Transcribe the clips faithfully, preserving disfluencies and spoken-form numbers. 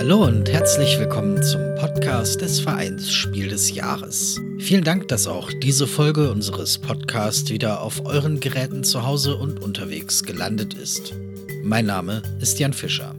Hallo und herzlich willkommen zum Podcast des Vereins Spiel des Jahres. Vielen Dank, dass auch diese Folge unseres Podcasts wieder auf euren Geräten zu Hause und unterwegs gelandet ist. Mein Name ist Jan Fischer.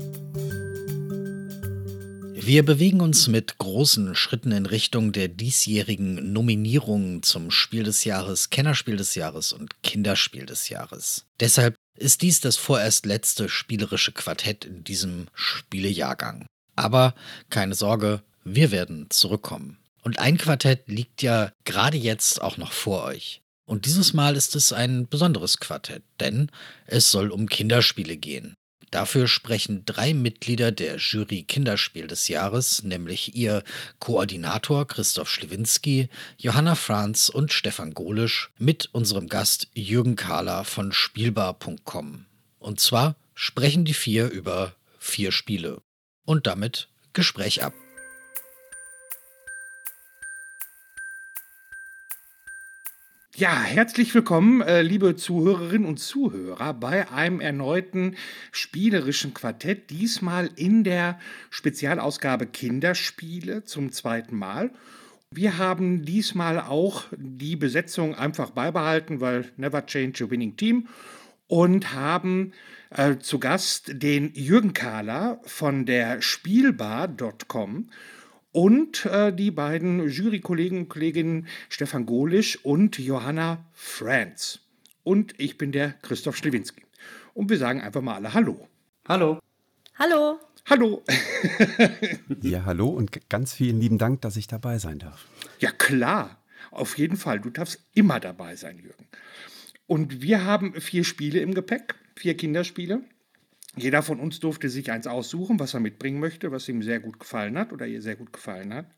Wir bewegen uns mit großen Schritten in Richtung der diesjährigen Nominierungen zum Spiel des Jahres, Kennerspiel des Jahres und Kinderspiel des Jahres. Deshalb ist dies das vorerst letzte spielerische Quartett in diesem Spielejahrgang. Aber keine Sorge, wir werden zurückkommen. Und ein Quartett liegt ja gerade jetzt auch noch vor euch. Und dieses Mal ist es ein besonderes Quartett, denn es soll um Kinderspiele gehen. Dafür sprechen drei Mitglieder der Jury Kinderspiel des Jahres, nämlich ihr Koordinator Christoph Schlewinski, Johanna Franz und Stefan Golisch mit unserem Gast Jürgen Kahler von Spielbar Punkt com. Und zwar sprechen die vier über vier Spiele. Und damit Gespräch ab. Ja, herzlich willkommen, äh, liebe Zuhörerinnen und Zuhörer, bei einem erneuten spielerischen Quartett, diesmal in der Spezialausgabe Kinderspiele zum zweiten Mal. Wir haben diesmal auch die Besetzung einfach beibehalten, weil never change a winning team, und haben äh, zu Gast den Jürgen Kahler von der Spielbar Punkt com und äh, die beiden Jurykollegen und Kolleginnen Stefan Golisch und Johanna Franz. Und ich bin der Christoph Schlewinski. Und wir sagen einfach mal alle Hallo. Hallo. Hallo. Hallo. Ja, hallo und g- ganz vielen lieben Dank, dass ich dabei sein darf. Ja, klar. Auf jeden Fall. Du darfst immer dabei sein, Jürgen. Und wir haben vier Spiele im Gepäck, vier Kinderspiele. Jeder von uns durfte sich eins aussuchen, was er mitbringen möchte, was ihm sehr gut gefallen hat oder ihr sehr gut gefallen hat.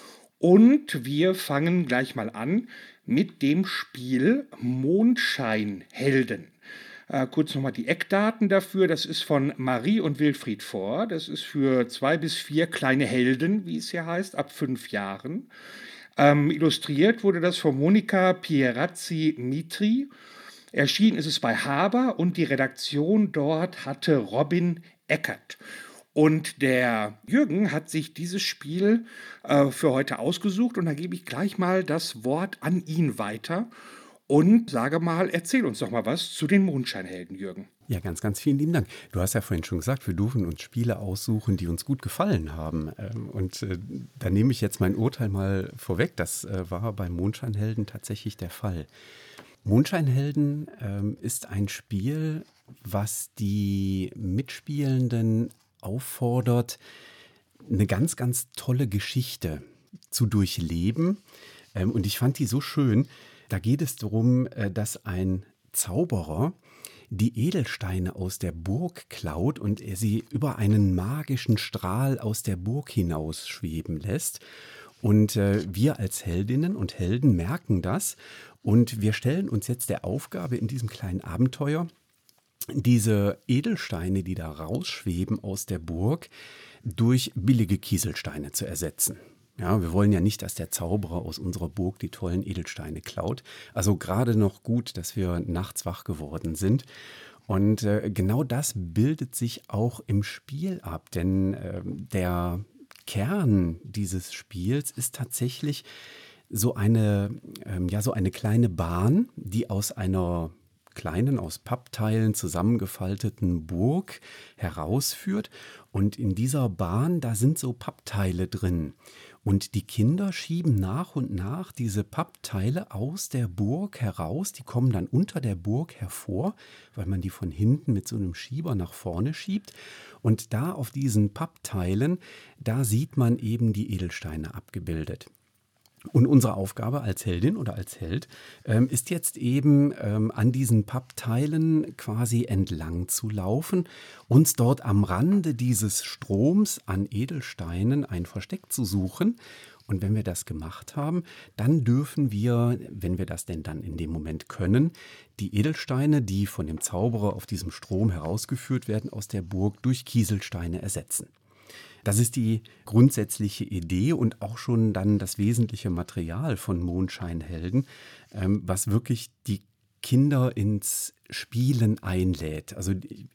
Und wir fangen gleich mal an mit dem Spiel Mondscheinhelden. Äh, kurz nochmal die Eckdaten dafür. Das ist von Marie und Wilfried Fohr. Das ist für zwei bis vier kleine Helden, wie es hier heißt, ab fünf Jahren. Ähm, illustriert wurde das von Monika Pierazzi-Mitri. Erschienen ist es bei Haber und die Redaktion dort hatte Robin Eckert. Und der Jürgen hat sich dieses Spiel äh, für heute ausgesucht und da gebe ich gleich mal das Wort an ihn weiter und sage mal, erzähl uns doch mal was zu den Mondscheinhelden, Jürgen. Ja, ganz, ganz vielen lieben Dank. Du hast ja vorhin schon gesagt, wir dürfen uns Spiele aussuchen, die uns gut gefallen haben. Ähm, Und äh, da nehme ich jetzt mein Urteil mal vorweg. Das äh, war bei Mondscheinhelden tatsächlich der Fall. Mondscheinhelden ähm, ist ein Spiel, was die Mitspielenden auffordert, eine ganz, ganz tolle Geschichte zu durchleben. Ähm, und ich fand die so schön. Da geht es darum, äh, dass ein Zauberer die Edelsteine aus der Burg klaut und er sie über einen magischen Strahl aus der Burg hinaus schweben lässt. Und äh, wir als Heldinnen und Helden merken das und wir stellen uns jetzt der Aufgabe in diesem kleinen Abenteuer, diese Edelsteine, die da rausschweben aus der Burg, durch billige Kieselsteine zu ersetzen. Ja, wir wollen ja nicht, dass der Zauberer aus unserer Burg die tollen Edelsteine klaut. Also gerade noch gut, dass wir nachts wach geworden sind. Und äh, genau das bildet sich auch im Spiel ab, denn äh, der Kern dieses Spiels ist tatsächlich so eine, ähm, ja, so eine kleine Bahn, die aus einer kleinen, aus Pappteilen zusammengefalteten Burg herausführt. Und in dieser Bahn, da sind so Pappteile drin. Und die Kinder schieben nach und nach diese Pappteile aus der Burg heraus. Die kommen dann unter der Burg hervor, weil man die von hinten mit so einem Schieber nach vorne schiebt. Und da auf diesen Pappteilen, da sieht man eben die Edelsteine abgebildet. Und unsere Aufgabe als Heldin oder als Held ähm, ist jetzt eben ähm, an diesen Pappteilen quasi entlang zu laufen, uns dort am Rande dieses Stroms an Edelsteinen ein Versteck zu suchen. Und wenn wir das gemacht haben, dann dürfen wir, wenn wir das denn dann in dem Moment können, die Edelsteine, die von dem Zauberer auf diesem Strom herausgeführt werden aus der Burg, durch Kieselsteine ersetzen. Das ist die grundsätzliche Idee und auch schon dann das wesentliche Material von Mondscheinhelden, was wirklich die Kinder ins Spielen einlädt. Also ich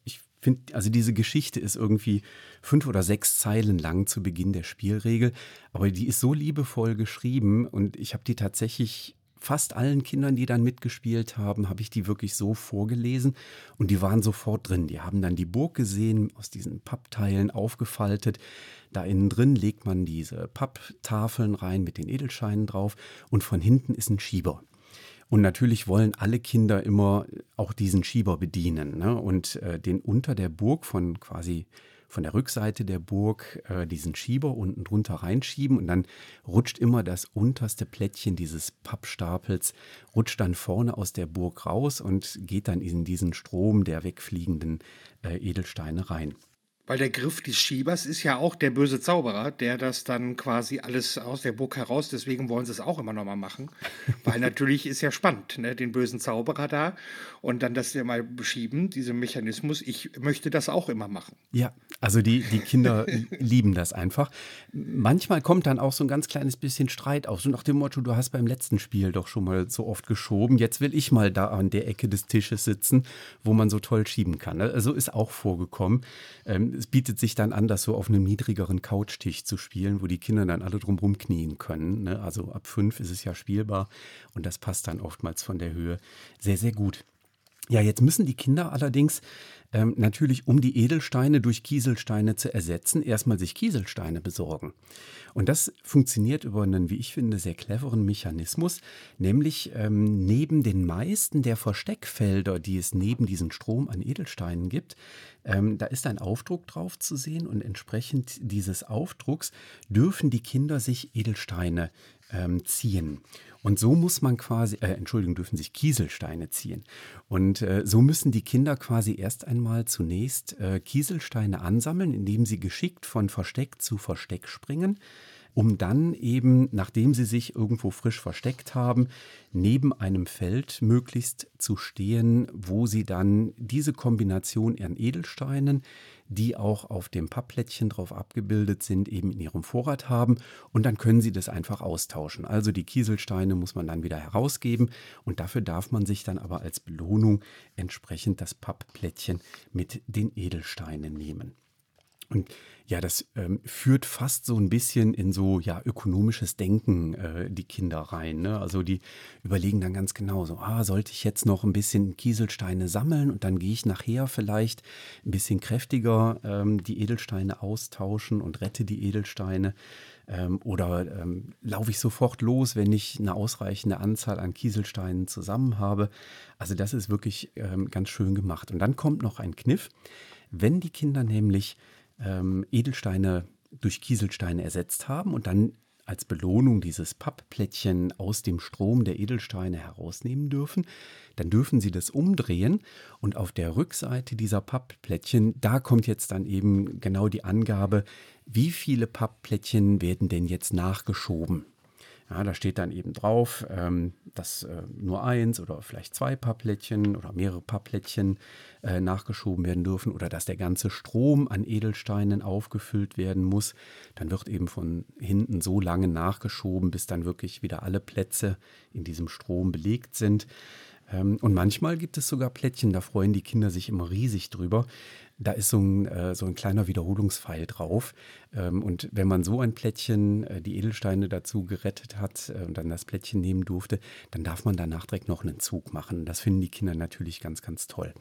finde, also diese Geschichte ist irgendwie fünf oder sechs Zeilen lang zu Beginn der Spielregel, aber die ist so liebevoll geschrieben und ich habe die tatsächlich fast allen Kindern, die dann mitgespielt haben, habe ich die wirklich so vorgelesen und die waren sofort drin. Die haben dann die Burg gesehen, aus diesen Pappteilen aufgefaltet. Da innen drin legt man diese Papptafeln rein mit den Edelsteinen drauf und von hinten ist ein Schieber. Und natürlich wollen alle Kinder immer auch diesen Schieber bedienen, ne? Und äh, den unter der Burg von quasi von der Rückseite der Burg äh, diesen Schieber unten drunter reinschieben und dann rutscht immer das unterste Plättchen dieses Pappstapels, rutscht dann vorne aus der Burg raus und geht dann in diesen Strom der wegfliegenden äh, Edelsteine rein. Weil der Griff des Schiebers ist ja auch der böse Zauberer, der das dann quasi alles aus der Burg heraus, deswegen wollen sie es auch immer nochmal machen. Weil natürlich ist ja spannend, ne, den bösen Zauberer da und dann das ja mal beschieben, diesen Mechanismus. Ich möchte das auch immer machen. Ja, also die, die Kinder lieben das einfach. Manchmal kommt dann auch so ein ganz kleines bisschen Streit auf, so nach dem Motto, du hast beim letzten Spiel doch schon mal so oft geschoben, jetzt will ich mal da an der Ecke des Tisches sitzen, wo man so toll schieben kann. Also ist auch vorgekommen. Ähm, Es bietet sich dann an, das so auf einem niedrigeren Couchtisch zu spielen, wo die Kinder dann alle drumherum knien können. Ne? Also ab fünf ist es ja spielbar und das passt dann oftmals von der Höhe sehr, sehr gut. Ja, jetzt müssen die Kinder allerdings ähm, natürlich, um die Edelsteine durch Kieselsteine zu ersetzen, erstmal sich Kieselsteine besorgen. Und das funktioniert über einen, wie ich finde, sehr cleveren Mechanismus, nämlich ähm, neben den meisten der Versteckfelder, die es neben diesem Strom an Edelsteinen gibt, ähm, da ist ein Aufdruck drauf zu sehen und entsprechend dieses Aufdrucks dürfen die Kinder sich Edelsteine ähm, ziehen. Und so muss man quasi, äh, Entschuldigung, dürfen sich Kieselsteine ziehen. Und äh, so müssen die Kinder quasi erst einmal zunächst äh, Kieselsteine ansammeln, indem sie geschickt von Versteck zu Versteck springen, um dann eben, nachdem sie sich irgendwo frisch versteckt haben, neben einem Feld möglichst zu stehen, wo sie dann diese Kombination an Edelsteinen, die auch auf dem Pappplättchen drauf abgebildet sind, eben in ihrem Vorrat haben und dann können sie das einfach austauschen. Also die Kieselsteine muss man dann wieder herausgeben und dafür darf man sich dann aber als Belohnung entsprechend das Pappplättchen mit den Edelsteinen nehmen. Und ja, das ähm, führt fast so ein bisschen in so ja ökonomisches Denken äh, die Kinder rein. Ne? Also die überlegen dann ganz genau so, ah, sollte ich jetzt noch ein bisschen Kieselsteine sammeln und dann gehe ich nachher vielleicht ein bisschen kräftiger ähm, die Edelsteine austauschen und rette die Edelsteine. Ähm, oder ähm, laufe ich sofort los, wenn ich eine ausreichende Anzahl an Kieselsteinen zusammen habe. Also das ist wirklich ähm, ganz schön gemacht. Und dann kommt noch ein Kniff. Wenn die Kinder nämlich ähm, Edelsteine durch Kieselsteine ersetzt haben und dann als Belohnung dieses Pappplättchen aus dem Strom der Edelsteine herausnehmen dürfen, dann dürfen sie das umdrehen und auf der Rückseite dieser Pappplättchen, da kommt jetzt dann eben genau die Angabe, wie viele Pappplättchen werden denn jetzt nachgeschoben. Ja, da steht dann eben drauf, ähm, dass äh, nur eins oder vielleicht zwei Pappplättchen oder mehrere Pappplättchen äh, nachgeschoben werden dürfen oder dass der ganze Strom an Edelsteinen aufgefüllt werden muss. Dann wird eben von hinten so lange nachgeschoben, bis dann wirklich wieder alle Plätze in diesem Strom belegt sind. Ähm, und manchmal gibt es sogar Plättchen, da freuen die Kinder sich immer riesig drüber. Da ist so ein, äh, so ein kleiner Wiederholungspfeil drauf. Ähm, und wenn man so ein Plättchen, äh, die Edelsteine dazu gerettet hat äh, und dann das Plättchen nehmen durfte, dann darf man danach direkt noch einen Zug machen. Das finden die Kinder natürlich ganz, ganz toll.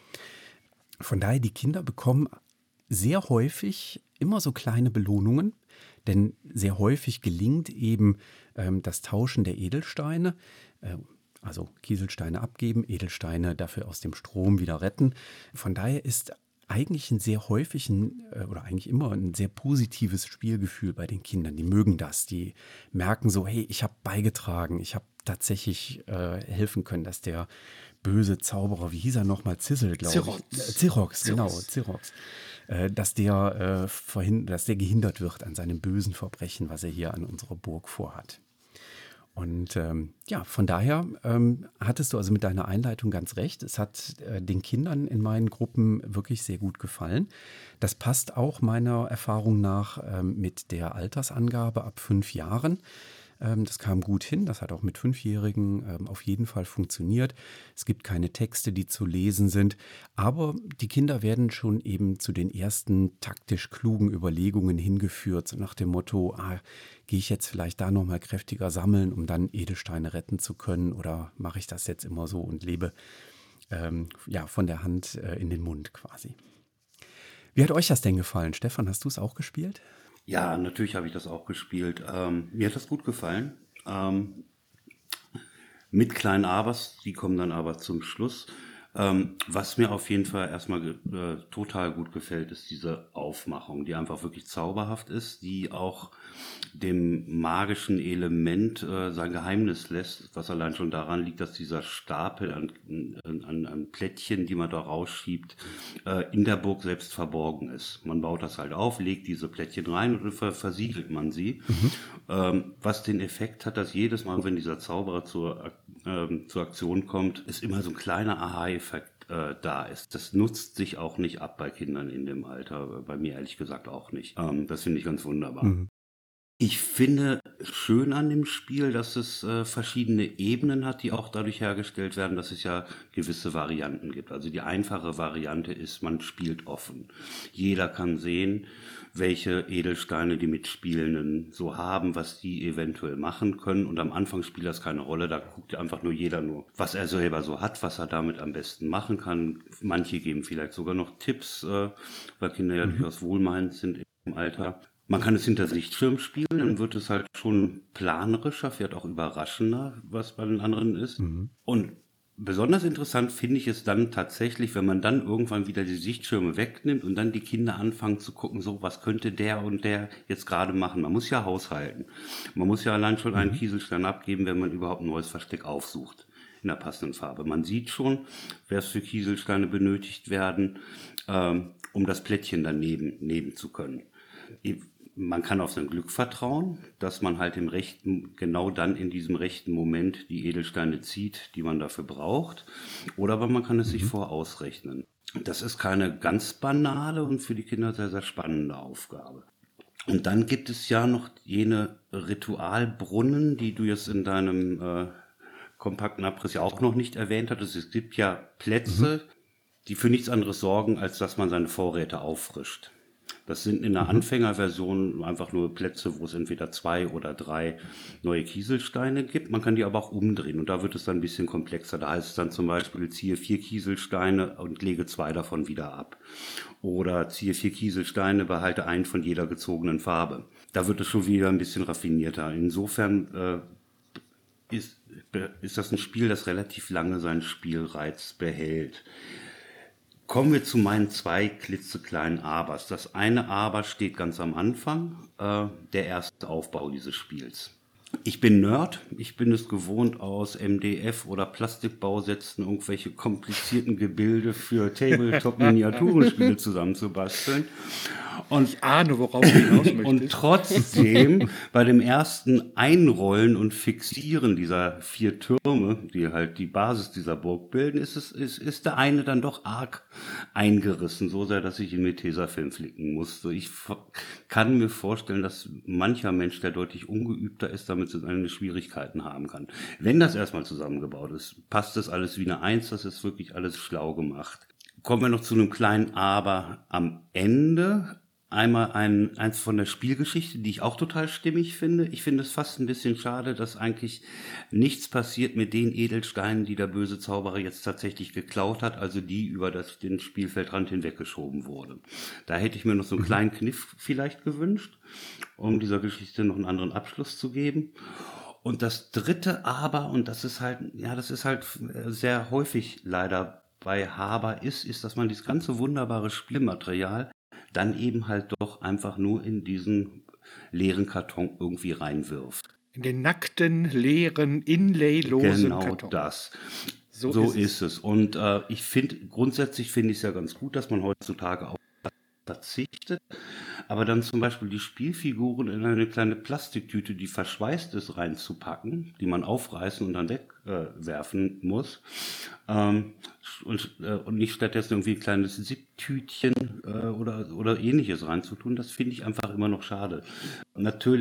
Von daher, die Kinder bekommen sehr häufig immer so kleine Belohnungen, denn sehr häufig gelingt eben ähm, das Tauschen der Edelsteine, äh, also Kieselsteine abgeben, Edelsteine dafür aus dem Strom wieder retten. Von daher ist eigentlich ein sehr häufig ein, oder eigentlich immer ein sehr positives Spielgefühl bei den Kindern. Die mögen das, die merken so, hey, ich habe beigetragen, ich habe tatsächlich äh, helfen können, dass der böse Zauberer, wie hieß er nochmal, Zizzle, glaube ich. Äh, Zirox, genau, Zirox. Äh, dass, der, äh, verhind- dass der gehindert wird an seinem bösen Verbrechen, was er hier an unserer Burg vorhat. Und ähm, ja, von daher ähm, hattest du also mit deiner Einleitung ganz recht. Es hat äh, den Kindern in meinen Gruppen wirklich sehr gut gefallen. Das passt auch meiner Erfahrung nach ähm, mit der Altersangabe ab fünf Jahren. Ähm, das kam gut hin, das hat auch mit Fünfjährigen ähm, auf jeden Fall funktioniert. Es gibt keine Texte, die zu lesen sind, aber die Kinder werden schon eben zu den ersten taktisch klugen Überlegungen hingeführt, so nach dem Motto, ah, gehe ich jetzt vielleicht da nochmal kräftiger sammeln, um dann Edelsteine retten zu können, oder mache ich das jetzt immer so und lebe ähm, ja, von der Hand äh, in den Mund quasi. Wie hat euch das denn gefallen? Stefan, hast du es auch gespielt? Ja, natürlich habe ich das auch gespielt. Ähm, mir hat das gut gefallen. Ähm, mit kleinen Abers, die kommen dann aber zum Schluss. Ähm, was mir auf jeden Fall erstmal ge- äh, total gut gefällt, ist diese Aufmachung, die einfach wirklich zauberhaft ist, die auch dem magischen Element äh, sein Geheimnis lässt, was allein schon daran liegt, dass dieser Stapel an, an, an Plättchen, die man da rausschiebt, äh, in der Burg selbst verborgen ist. Man baut das halt auf, legt diese Plättchen rein und dann ver versiegelt man sie. Mhm. Ähm, was den Effekt hat, dass jedes Mal, wenn dieser Zauberer zur, Ak- ähm, zur Aktion kommt, ist immer so ein kleiner Aha-Effekt äh, da ist. Das nutzt sich auch nicht ab bei Kindern in dem Alter, bei mir ehrlich gesagt auch nicht. Ähm, das finde ich ganz wunderbar. Mhm. Ich finde schön an dem Spiel, dass es äh, verschiedene Ebenen hat, die auch dadurch hergestellt werden, dass es ja gewisse Varianten gibt. Also die einfache Variante ist, man spielt offen. Jeder kann sehen, welche Edelsteine die Mitspielenden so haben, was die eventuell machen können. Und am Anfang spielt das keine Rolle, da guckt einfach nur jeder nur, was er selber so hat, was er damit am besten machen kann. Manche geben vielleicht sogar noch Tipps, äh, weil Kinder ja Mhm. durchaus wohlmeinend sind im Alter. Man kann es hinter Sichtschirm spielen, dann wird es halt schon planerischer, vielleicht auch überraschender, was bei den anderen ist. Mhm. Und besonders interessant finde ich es dann tatsächlich, wenn man dann irgendwann wieder die Sichtschirme wegnimmt und dann die Kinder anfangen zu gucken, so, was könnte der und der jetzt gerade machen. Man muss ja haushalten. Man muss ja allein schon einen Mhm. Kieselstein abgeben, wenn man überhaupt ein neues Versteck aufsucht in der passenden Farbe. Man sieht schon, was für Kieselsteine benötigt werden, ähm, um das Plättchen daneben nehmen zu können. Man kann auf sein Glück vertrauen, dass man halt im rechten, genau dann in diesem rechten Moment die Edelsteine zieht, die man dafür braucht. Oder aber man kann es sich Mhm. vorausrechnen. Das ist keine ganz banale und für die Kinder sehr, sehr spannende Aufgabe. Und dann gibt es ja noch jene Ritualbrunnen, die du jetzt in deinem äh, kompakten Abriss ja auch noch nicht erwähnt hattest. Es gibt ja Plätze, die für nichts anderes sorgen, als dass man seine Vorräte auffrischt. Das sind in der Mhm. Anfängerversion einfach nur Plätze, wo es entweder zwei oder drei neue Kieselsteine gibt. Man kann die aber auch umdrehen und da wird es dann ein bisschen komplexer. Da heißt es dann zum Beispiel, ziehe vier Kieselsteine und lege zwei davon wieder ab. Oder ziehe vier Kieselsteine, behalte einen von jeder gezogenen Farbe. Da wird es schon wieder ein bisschen raffinierter. Insofern äh, ist, ist das ein Spiel, das relativ lange seinen Spielreiz behält. Kommen wir zu meinen zwei klitzekleinen Abers. Das eine Aber steht ganz am Anfang, äh, der erste Aufbau dieses Spiels. Ich bin Nerd, ich bin es gewohnt, aus M D F oder Plastikbausätzen irgendwelche komplizierten Gebilde für Tabletop-Miniaturenspiele zusammenzubasteln. Und, Ich ahne, worauf du hinaus möchtest. und trotzdem bei dem ersten Einrollen und Fixieren dieser vier Türme, die halt die Basis dieser Burg bilden, ist, es, ist, ist der eine dann doch arg eingerissen, so sehr, dass ich ihn mit Tesafilm flicken musste. Ich f- kann mir vorstellen, dass mancher Mensch, der deutlich ungeübter ist, damit seine Schwierigkeiten haben kann. Wenn das erstmal zusammengebaut ist, passt das alles wie eine Eins, das ist wirklich alles schlau gemacht. Kommen wir noch zu einem kleinen Aber am Ende. Einmal ein, eins von der Spielgeschichte, die ich auch total stimmig finde. Ich finde es fast ein bisschen schade, dass eigentlich nichts passiert mit den Edelsteinen, die der böse Zauberer jetzt tatsächlich geklaut hat, also die über das, den Spielfeldrand hinweggeschoben wurde. Da hätte ich mir noch so einen kleinen Kniff vielleicht gewünscht, um dieser Geschichte noch einen anderen Abschluss zu geben. Und das dritte Aber, und das ist halt, ja, das ist halt sehr häufig leider bei Haber ist, ist, dass man dieses ganze wunderbare Spielmaterial dann eben halt doch einfach nur in diesen leeren Karton irgendwie reinwirft. In den nackten, leeren, inlaylosen Genau Karton. das. So, So ist es. ist es. Und äh, ich finde, grundsätzlich finde ich es ja ganz gut, dass man heutzutage auch verzichtet, aber dann zum Beispiel die Spielfiguren in eine kleine Plastiktüte, die verschweißt ist, reinzupacken, die man aufreißen und dann wegwerfen äh, muss, ähm, und, äh, und nicht stattdessen irgendwie ein kleines Siebtütchen äh, oder, oder ähnliches reinzutun, das finde ich einfach immer noch schade. Natürlich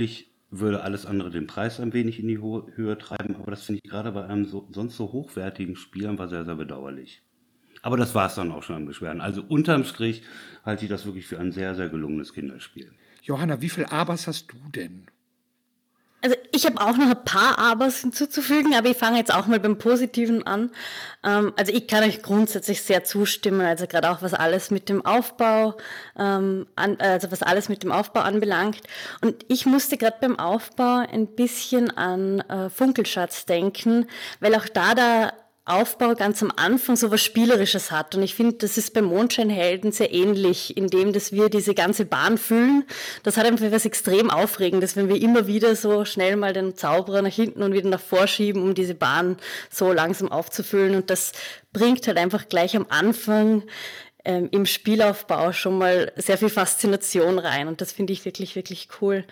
würde alles andere den Preis ein wenig in die Ho- Höhe treiben, aber das finde ich gerade bei einem so, sonst so hochwertigen Spiel einfach sehr, sehr bedauerlich. Aber das war es dann auch schon am Beschwerden. Also unterm Strich halte ich das wirklich für ein sehr, sehr gelungenes Kinderspiel. Johanna, wie viel Abers hast du denn? Also ich habe auch noch ein paar Abers hinzuzufügen, aber ich fange jetzt auch mal beim Positiven an. Ähm, also ich kann euch grundsätzlich sehr zustimmen, also gerade auch was alles mit dem Aufbau, ähm, an, also was alles mit dem Aufbau anbelangt. Und ich musste gerade beim Aufbau ein bisschen an äh, Funkelschatz denken, weil auch da der Aufbau ganz am Anfang so was Spielerisches hat. Und ich finde, das ist bei Mondscheinhelden sehr ähnlich, indem dass wir diese ganze Bahn füllen. Das hat einfach was extrem Aufregendes, wenn wir immer wieder so schnell mal den Zauberer nach hinten und wieder nach vorschieben, um diese Bahn so langsam aufzufüllen. Und das bringt halt einfach gleich am Anfang ähm, im Spielaufbau schon mal sehr viel Faszination rein. Und das finde ich wirklich, wirklich cool.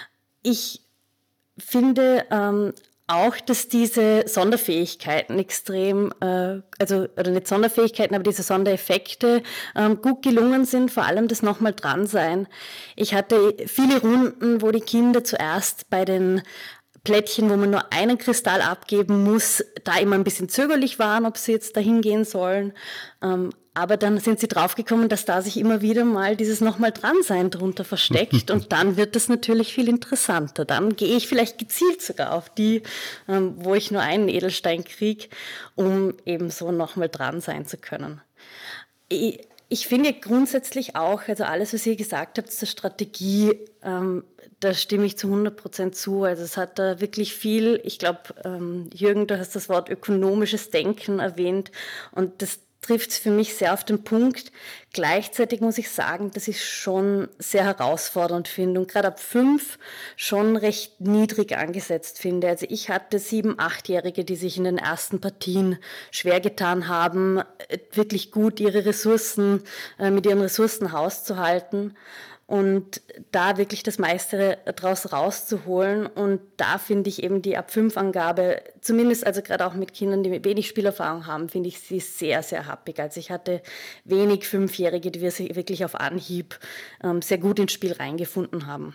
Ich finde ähm, auch, dass diese Sonderfähigkeiten extrem, äh, also oder nicht Sonderfähigkeiten, aber diese Sondereffekte ähm, gut gelungen sind, vor allem das nochmal dran sein. Ich hatte viele Runden, wo die Kinder zuerst bei den Plättchen, wo man nur einen Kristall abgeben muss, da immer ein bisschen zögerlich waren, ob sie jetzt dahin gehen sollen. Ähm, aber dann sind sie draufgekommen, dass da sich immer wieder mal dieses nochmal dran sein drunter versteckt und dann wird das natürlich viel interessanter. Dann gehe ich vielleicht gezielt sogar auf die, ähm, wo ich nur einen Edelstein kriege, um eben so nochmal dran sein zu können. Ich, ich finde grundsätzlich auch, also alles, was ihr gesagt habt zur Strategie, ähm, da stimme ich zu hundert Prozent zu. Also es hat da wirklich viel, ich glaube, ähm, Jürgen, du hast das Wort ökonomisches Denken erwähnt und das trifft es für mich sehr auf den Punkt. Gleichzeitig muss ich sagen, dass ich es schon sehr herausfordernd finde und gerade ab fünf schon recht niedrig angesetzt finde. Also ich hatte sieben-, achtjährige, die sich in den ersten Partien schwer getan haben, wirklich gut ihre Ressourcen, äh, mit ihren Ressourcen hauszuhalten. Und da wirklich das meiste daraus rauszuholen. Und da finde ich eben die ab fünf Angabe, zumindest also gerade auch mit Kindern, die wenig Spielerfahrung haben, finde ich sie sehr, sehr happig. Also ich hatte wenig Fünfjährige, die wir wirklich auf Anhieb ähm, sehr gut ins Spiel reingefunden haben.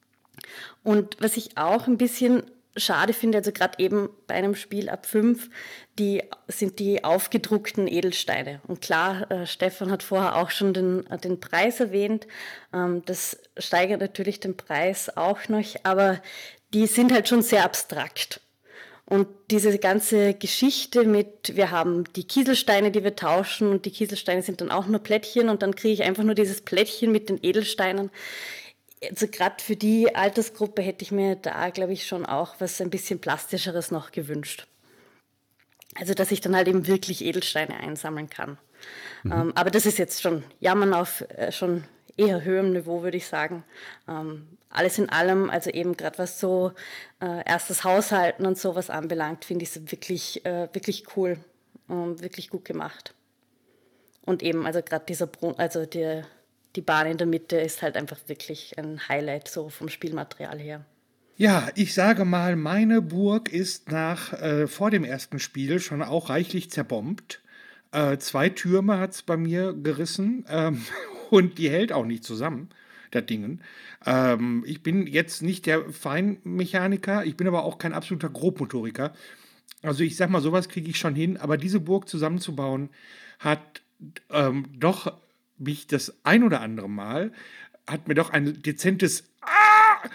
Und was ich auch ein bisschen schade finde, also gerade eben bei einem Spiel ab fünf, die sind die aufgedruckten Edelsteine. Und klar, äh, Stefan hat vorher auch schon den, den Preis erwähnt. Ähm, das steigert natürlich den Preis auch noch, aber die sind halt schon sehr abstrakt. Und diese ganze Geschichte mit, wir haben die Kieselsteine, die wir tauschen und die Kieselsteine sind dann auch nur Plättchen und dann kriege ich einfach nur dieses Plättchen mit den Edelsteinen. Also gerade für die Altersgruppe hätte ich mir da, glaube ich, schon auch was ein bisschen Plastischeres noch gewünscht. Also dass ich dann halt eben wirklich Edelsteine einsammeln kann. Mhm. Ähm, aber das ist jetzt schon Jammern auf äh, schon eher höherem Niveau, würde ich sagen. Ähm, alles in allem, also eben gerade was so äh, erstes Haushalten und sowas anbelangt, finde ich es wirklich, äh, wirklich cool, ähm, wirklich gut gemacht. Und eben, also gerade dieser, Bro- also der Die Bahn in der Mitte ist halt einfach wirklich ein Highlight so vom Spielmaterial her. Ja, ich sage mal, meine Burg ist nach äh, vor dem ersten Spiel schon auch reichlich zerbombt. Äh, zwei Türme hat es bei mir gerissen ähm, und die hält auch nicht zusammen, das Ding. Ähm, ich bin jetzt nicht der Feinmechaniker, ich bin aber auch kein absoluter Grobmotoriker. Also ich sag mal, sowas kriege ich schon hin, aber diese Burg zusammenzubauen hat ähm, doch mich das ein oder andere Mal, hat mir doch ein dezentes Ah!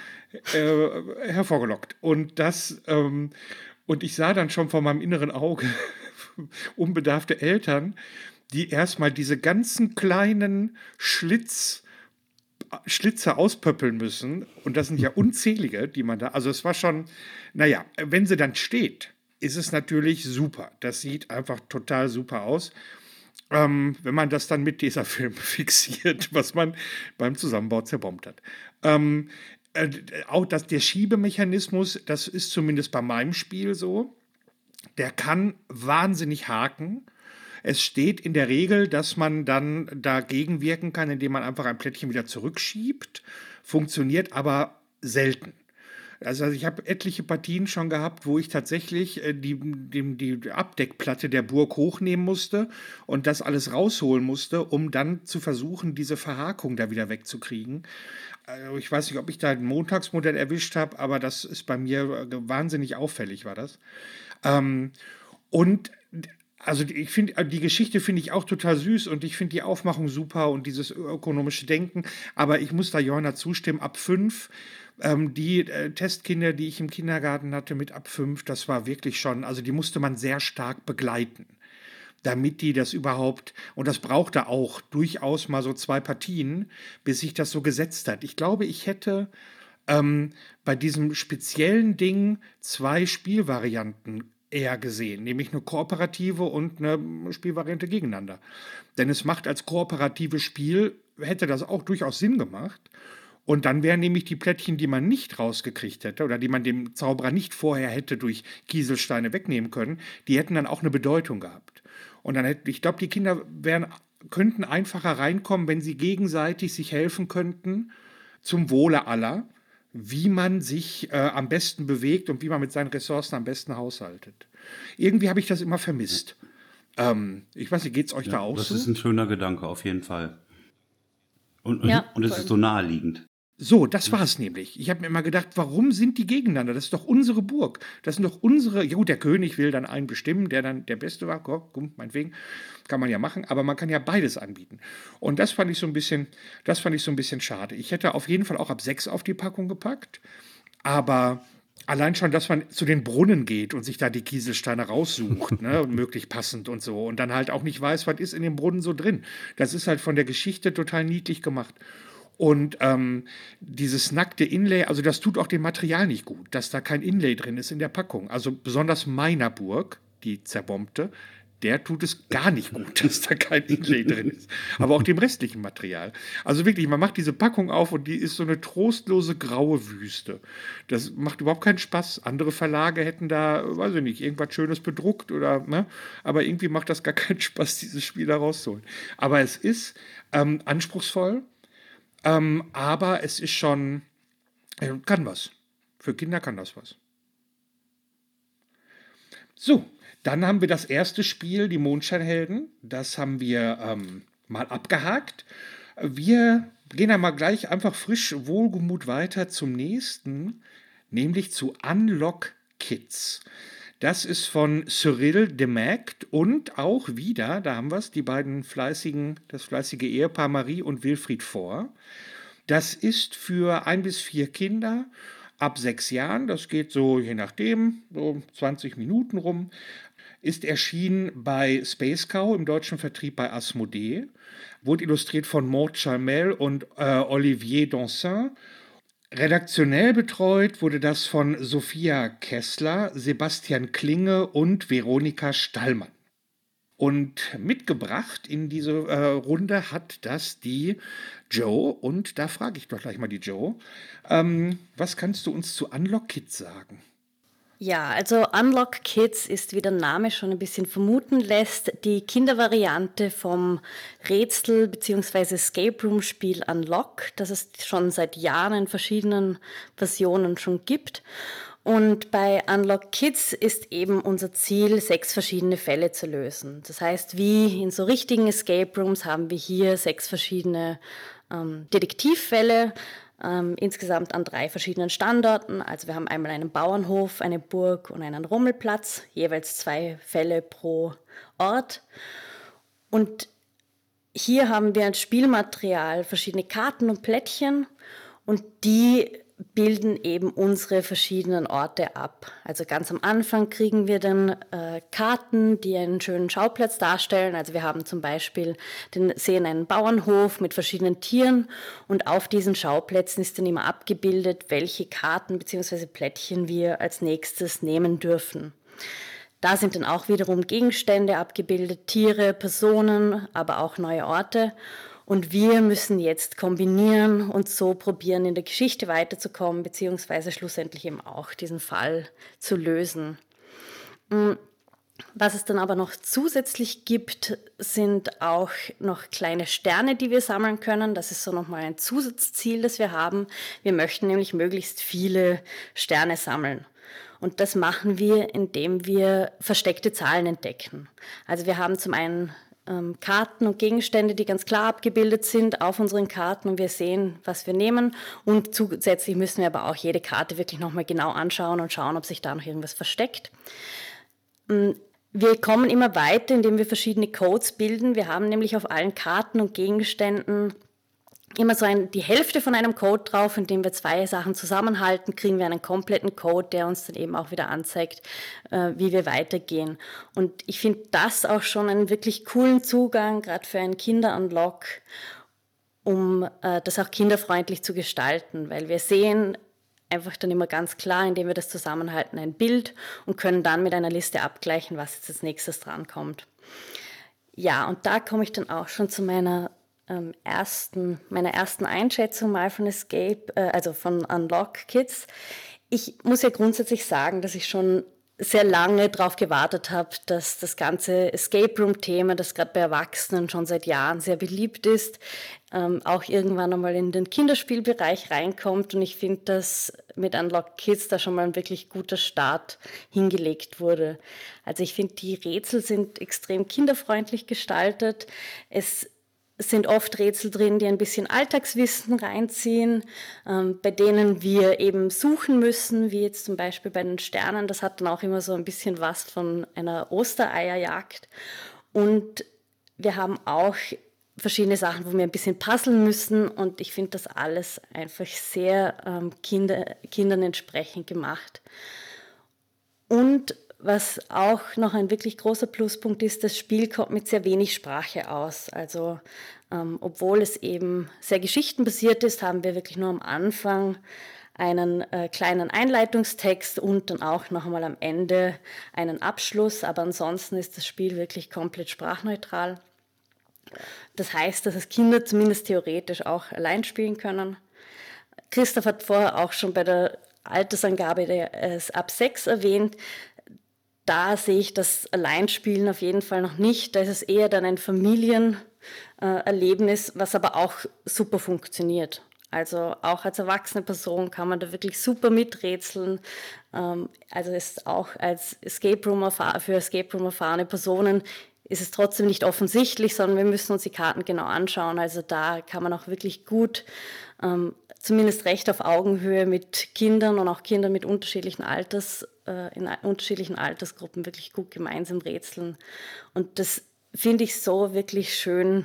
äh, hervorgelockt. Und das, ähm, und ich sah dann schon vor meinem inneren Auge unbedarfte Eltern, die erstmal diese ganzen kleinen Schlitz, Schlitze auspöppeln müssen. Und das sind ja unzählige, die man da, also es war schon, naja, wenn sie dann steht, ist es natürlich super. Das sieht einfach total super aus. Ähm, wenn man das dann mit dieser Film fixiert, was man beim Zusammenbau zerbombt hat. Ähm, äh, auch das, der Schiebemechanismus, das ist zumindest bei meinem Spiel so, der kann wahnsinnig haken. Es steht in der Regel, dass man dann dagegen wirken kann, indem man einfach ein Plättchen wieder zurückschiebt, funktioniert aber selten. Also ich habe etliche Partien schon gehabt, wo ich tatsächlich äh, die, die, die Abdeckplatte der Burg hochnehmen musste und das alles rausholen musste, um dann zu versuchen, diese Verhakung da wieder wegzukriegen. Also ich weiß nicht, ob ich da ein Montagsmodell erwischt habe, aber das ist bei mir äh, wahnsinnig auffällig, war das. Ähm, und also ich finde, die Geschichte finde ich auch total süß und ich finde die Aufmachung super und dieses ökonomische Denken. Aber ich muss da Johanna zustimmen, ab fünf, ähm, die äh, Testkinder, die ich im Kindergarten hatte mit ab fünf, das war wirklich schon, also die musste man sehr stark begleiten, damit die das überhaupt, und das brauchte auch durchaus mal so zwei Partien, bis sich das so gesetzt hat. Ich glaube, ich hätte ähm, bei diesem speziellen Ding zwei Spielvarianten eher gesehen, nämlich eine kooperative und eine Spielvariante gegeneinander. Denn es macht als kooperatives Spiel, hätte das auch durchaus Sinn gemacht. Und dann wären nämlich die Plättchen, die man nicht rausgekriegt hätte oder die man dem Zauberer nicht vorher hätte durch Kieselsteine wegnehmen können, die hätten dann auch eine Bedeutung gehabt. Und dann hätte, ich glaube, die Kinder wären, könnten einfacher reinkommen, wenn sie gegenseitig sich helfen könnten, zum Wohle aller, wie man sich äh, am besten bewegt und wie man mit seinen Ressourcen am besten haushaltet. Irgendwie habe ich das immer vermisst. Ähm, ich weiß nicht, geht es euch Ja, da auch das so? ist ein schöner Gedanke, auf jeden Fall. Und, Ja, und es voll. ist so naheliegend. So, das war es nämlich. Ich habe mir immer gedacht, warum sind die gegeneinander? Das ist doch unsere Burg. Das sind doch unsere. Ja gut, der König will dann einen bestimmen, der dann der Beste war. Komm, komm, meinetwegen, kann man ja machen. Aber man kann ja beides anbieten. Und das fand ich so ein bisschen, das fand ich so ein bisschen schade. Ich hätte auf jeden Fall auch ab sechs auf die Packung gepackt. Aber allein schon, dass man zu den Brunnen geht und sich da die Kieselsteine raussucht, ne, und möglich passend und so. Und dann halt auch nicht weiß, was ist in dem Brunnen so drin. Das ist halt von der Geschichte total niedlich gemacht. Und ähm, dieses nackte Inlay, also das tut auch dem Material nicht gut, dass da kein Inlay drin ist in der Packung. Also besonders meiner Burg, die zerbombte, der tut es gar nicht gut, dass da kein Inlay drin ist. Aber auch dem restlichen Material. Also wirklich, man macht diese Packung auf und die ist so eine trostlose graue Wüste. Das macht überhaupt keinen Spaß. Andere Verlage hätten da, weiß ich nicht, irgendwas Schönes bedruckt oder, ne? Aber irgendwie macht das gar keinen Spaß, dieses Spiel da rauszuholen. Aber es ist ähm, anspruchsvoll. Ähm, aber es ist schon, äh, kann was. Für Kinder kann das was. So, dann haben wir das erste Spiel, die Mondscheinhelden. Das haben wir ähm, mal abgehakt. Wir gehen dann mal gleich einfach frisch wohlgemut weiter zum nächsten, nämlich zu Unlock Kids. Das ist von Cyril de Maegd und auch wieder, da haben wir es, die beiden fleißigen, das fleißige Ehepaar Marie und Wilfried Fohr. Das ist für ein bis vier Kinder ab sechs Jahren, das geht so je nachdem, so zwanzig Minuten rum, ist erschienen bei Space Cow im deutschen Vertrieb bei Asmodee, wurde illustriert von Maud Charmel und äh, Olivier Dancin. Redaktionell betreut wurde das von Sophia Kessler, Sebastian Klinge und Veronika Stallmann. Und mitgebracht in diese äh, Runde hat das die Joe. Und da frage ich doch gleich mal die Joe. Ähm, was kannst du uns zu Unlock Kids sagen? Ja, also Unlock Kids ist, wie der Name schon ein bisschen vermuten lässt, die Kindervariante vom Rätsel- bzw. Escape Room Spiel Unlock, das es schon seit Jahren in verschiedenen Versionen schon gibt. Und bei Unlock Kids ist eben unser Ziel, sechs verschiedene Fälle zu lösen. Das heißt, wie in so richtigen Escape Rooms haben wir hier sechs verschiedene ähm, Detektivfälle, ähm, insgesamt an drei verschiedenen Standorten. Also wir haben einmal einen Bauernhof, eine Burg und einen Rummelplatz, jeweils zwei Fälle pro Ort. Und hier haben wir als Spielmaterial verschiedene Karten und Plättchen und die bilden eben unsere verschiedenen Orte ab. Also ganz am Anfang kriegen wir dann äh, Karten, die einen schönen Schauplatz darstellen. Also wir haben zum Beispiel den, sehen einen Bauernhof mit verschiedenen Tieren und auf diesen Schauplätzen ist dann immer abgebildet, welche Karten bzw. Plättchen wir als nächstes nehmen dürfen. Da sind dann auch wiederum Gegenstände abgebildet, Tiere, Personen, aber auch neue Orte. Und wir müssen jetzt kombinieren und so probieren, in der Geschichte weiterzukommen, beziehungsweise schlussendlich eben auch diesen Fall zu lösen. Was es dann aber noch zusätzlich gibt, sind auch noch kleine Sterne, die wir sammeln können. Das ist so nochmal ein Zusatzziel, das wir haben. Wir möchten nämlich möglichst viele Sterne sammeln. Und das machen wir, indem wir versteckte Zahlen entdecken. Also wir haben zum einen ähm, Karten und Gegenstände, die ganz klar abgebildet sind auf unseren Karten und wir sehen, was wir nehmen. Und zusätzlich müssen wir aber auch jede Karte wirklich nochmal genau anschauen und schauen, ob sich da noch irgendwas versteckt. Wir kommen immer weiter, indem wir verschiedene Codes bilden. Wir haben nämlich auf allen Karten und Gegenständen immer so ein, die Hälfte von einem Code drauf, indem wir zwei Sachen zusammenhalten, kriegen wir einen kompletten Code, der uns dann eben auch wieder anzeigt, äh, wie wir weitergehen. Und ich finde das auch schon einen wirklich coolen Zugang, gerade für einen Kinder-Unlock, um äh, das auch kinderfreundlich zu gestalten, weil wir sehen einfach dann immer ganz klar, indem wir das zusammenhalten, ein Bild und können dann mit einer Liste abgleichen, was jetzt als nächstes drankommt. Ja, und da komme ich dann auch schon zu meiner ähm, ersten, meiner ersten Einschätzung mal von Escape, äh, also von Unlock Kids. Ich muss ja grundsätzlich sagen, dass ich schon sehr lange darauf gewartet habe, dass das ganze Escape Room-Thema, das gerade bei Erwachsenen schon seit Jahren sehr beliebt ist, ähm, auch irgendwann einmal in den Kinderspielbereich reinkommt. Und ich finde, dass mit Unlock Kids da schon mal ein wirklich guter Start hingelegt wurde. Also ich finde, die Rätsel sind extrem kinderfreundlich gestaltet. Es sind oft Rätsel drin, die ein bisschen Alltagswissen reinziehen, ähm, bei denen wir eben suchen müssen, wie jetzt zum Beispiel bei den Sternen. Das hat dann auch immer so ein bisschen was von einer Ostereierjagd. Und wir haben auch verschiedene Sachen, wo wir ein bisschen puzzeln müssen. Und ich finde das alles einfach sehr ähm, Kinder, Kindern entsprechend gemacht. Und was auch noch ein wirklich großer Pluspunkt ist, das Spiel kommt mit sehr wenig Sprache aus. Also ähm, obwohl es eben sehr geschichtenbasiert ist, haben wir wirklich nur am Anfang einen äh, kleinen Einleitungstext und dann auch noch einmal am Ende einen Abschluss. Aber ansonsten ist das Spiel wirklich komplett sprachneutral. Das heißt, dass es Kinder zumindest theoretisch auch allein spielen können. Christoph hat vorher auch schon bei der Altersangabe der, äh, ab sechs erwähnt. Da sehe ich das Alleinspielen auf jeden Fall noch nicht. Da ist es eher dann ein Familienerlebnis, was aber auch super funktioniert. Also auch als erwachsene Person kann man da wirklich super miträtseln. Also ist auch als Escape Room für Escape Room erfahrene Personen ist es trotzdem nicht offensichtlich, sondern wir müssen uns die Karten genau anschauen. Also da kann man auch wirklich gut, zumindest recht auf Augenhöhe mit Kindern und auch Kindern mit unterschiedlichen Alters, in unterschiedlichen Altersgruppen wirklich gut gemeinsam rätseln. Und das finde ich so wirklich schön.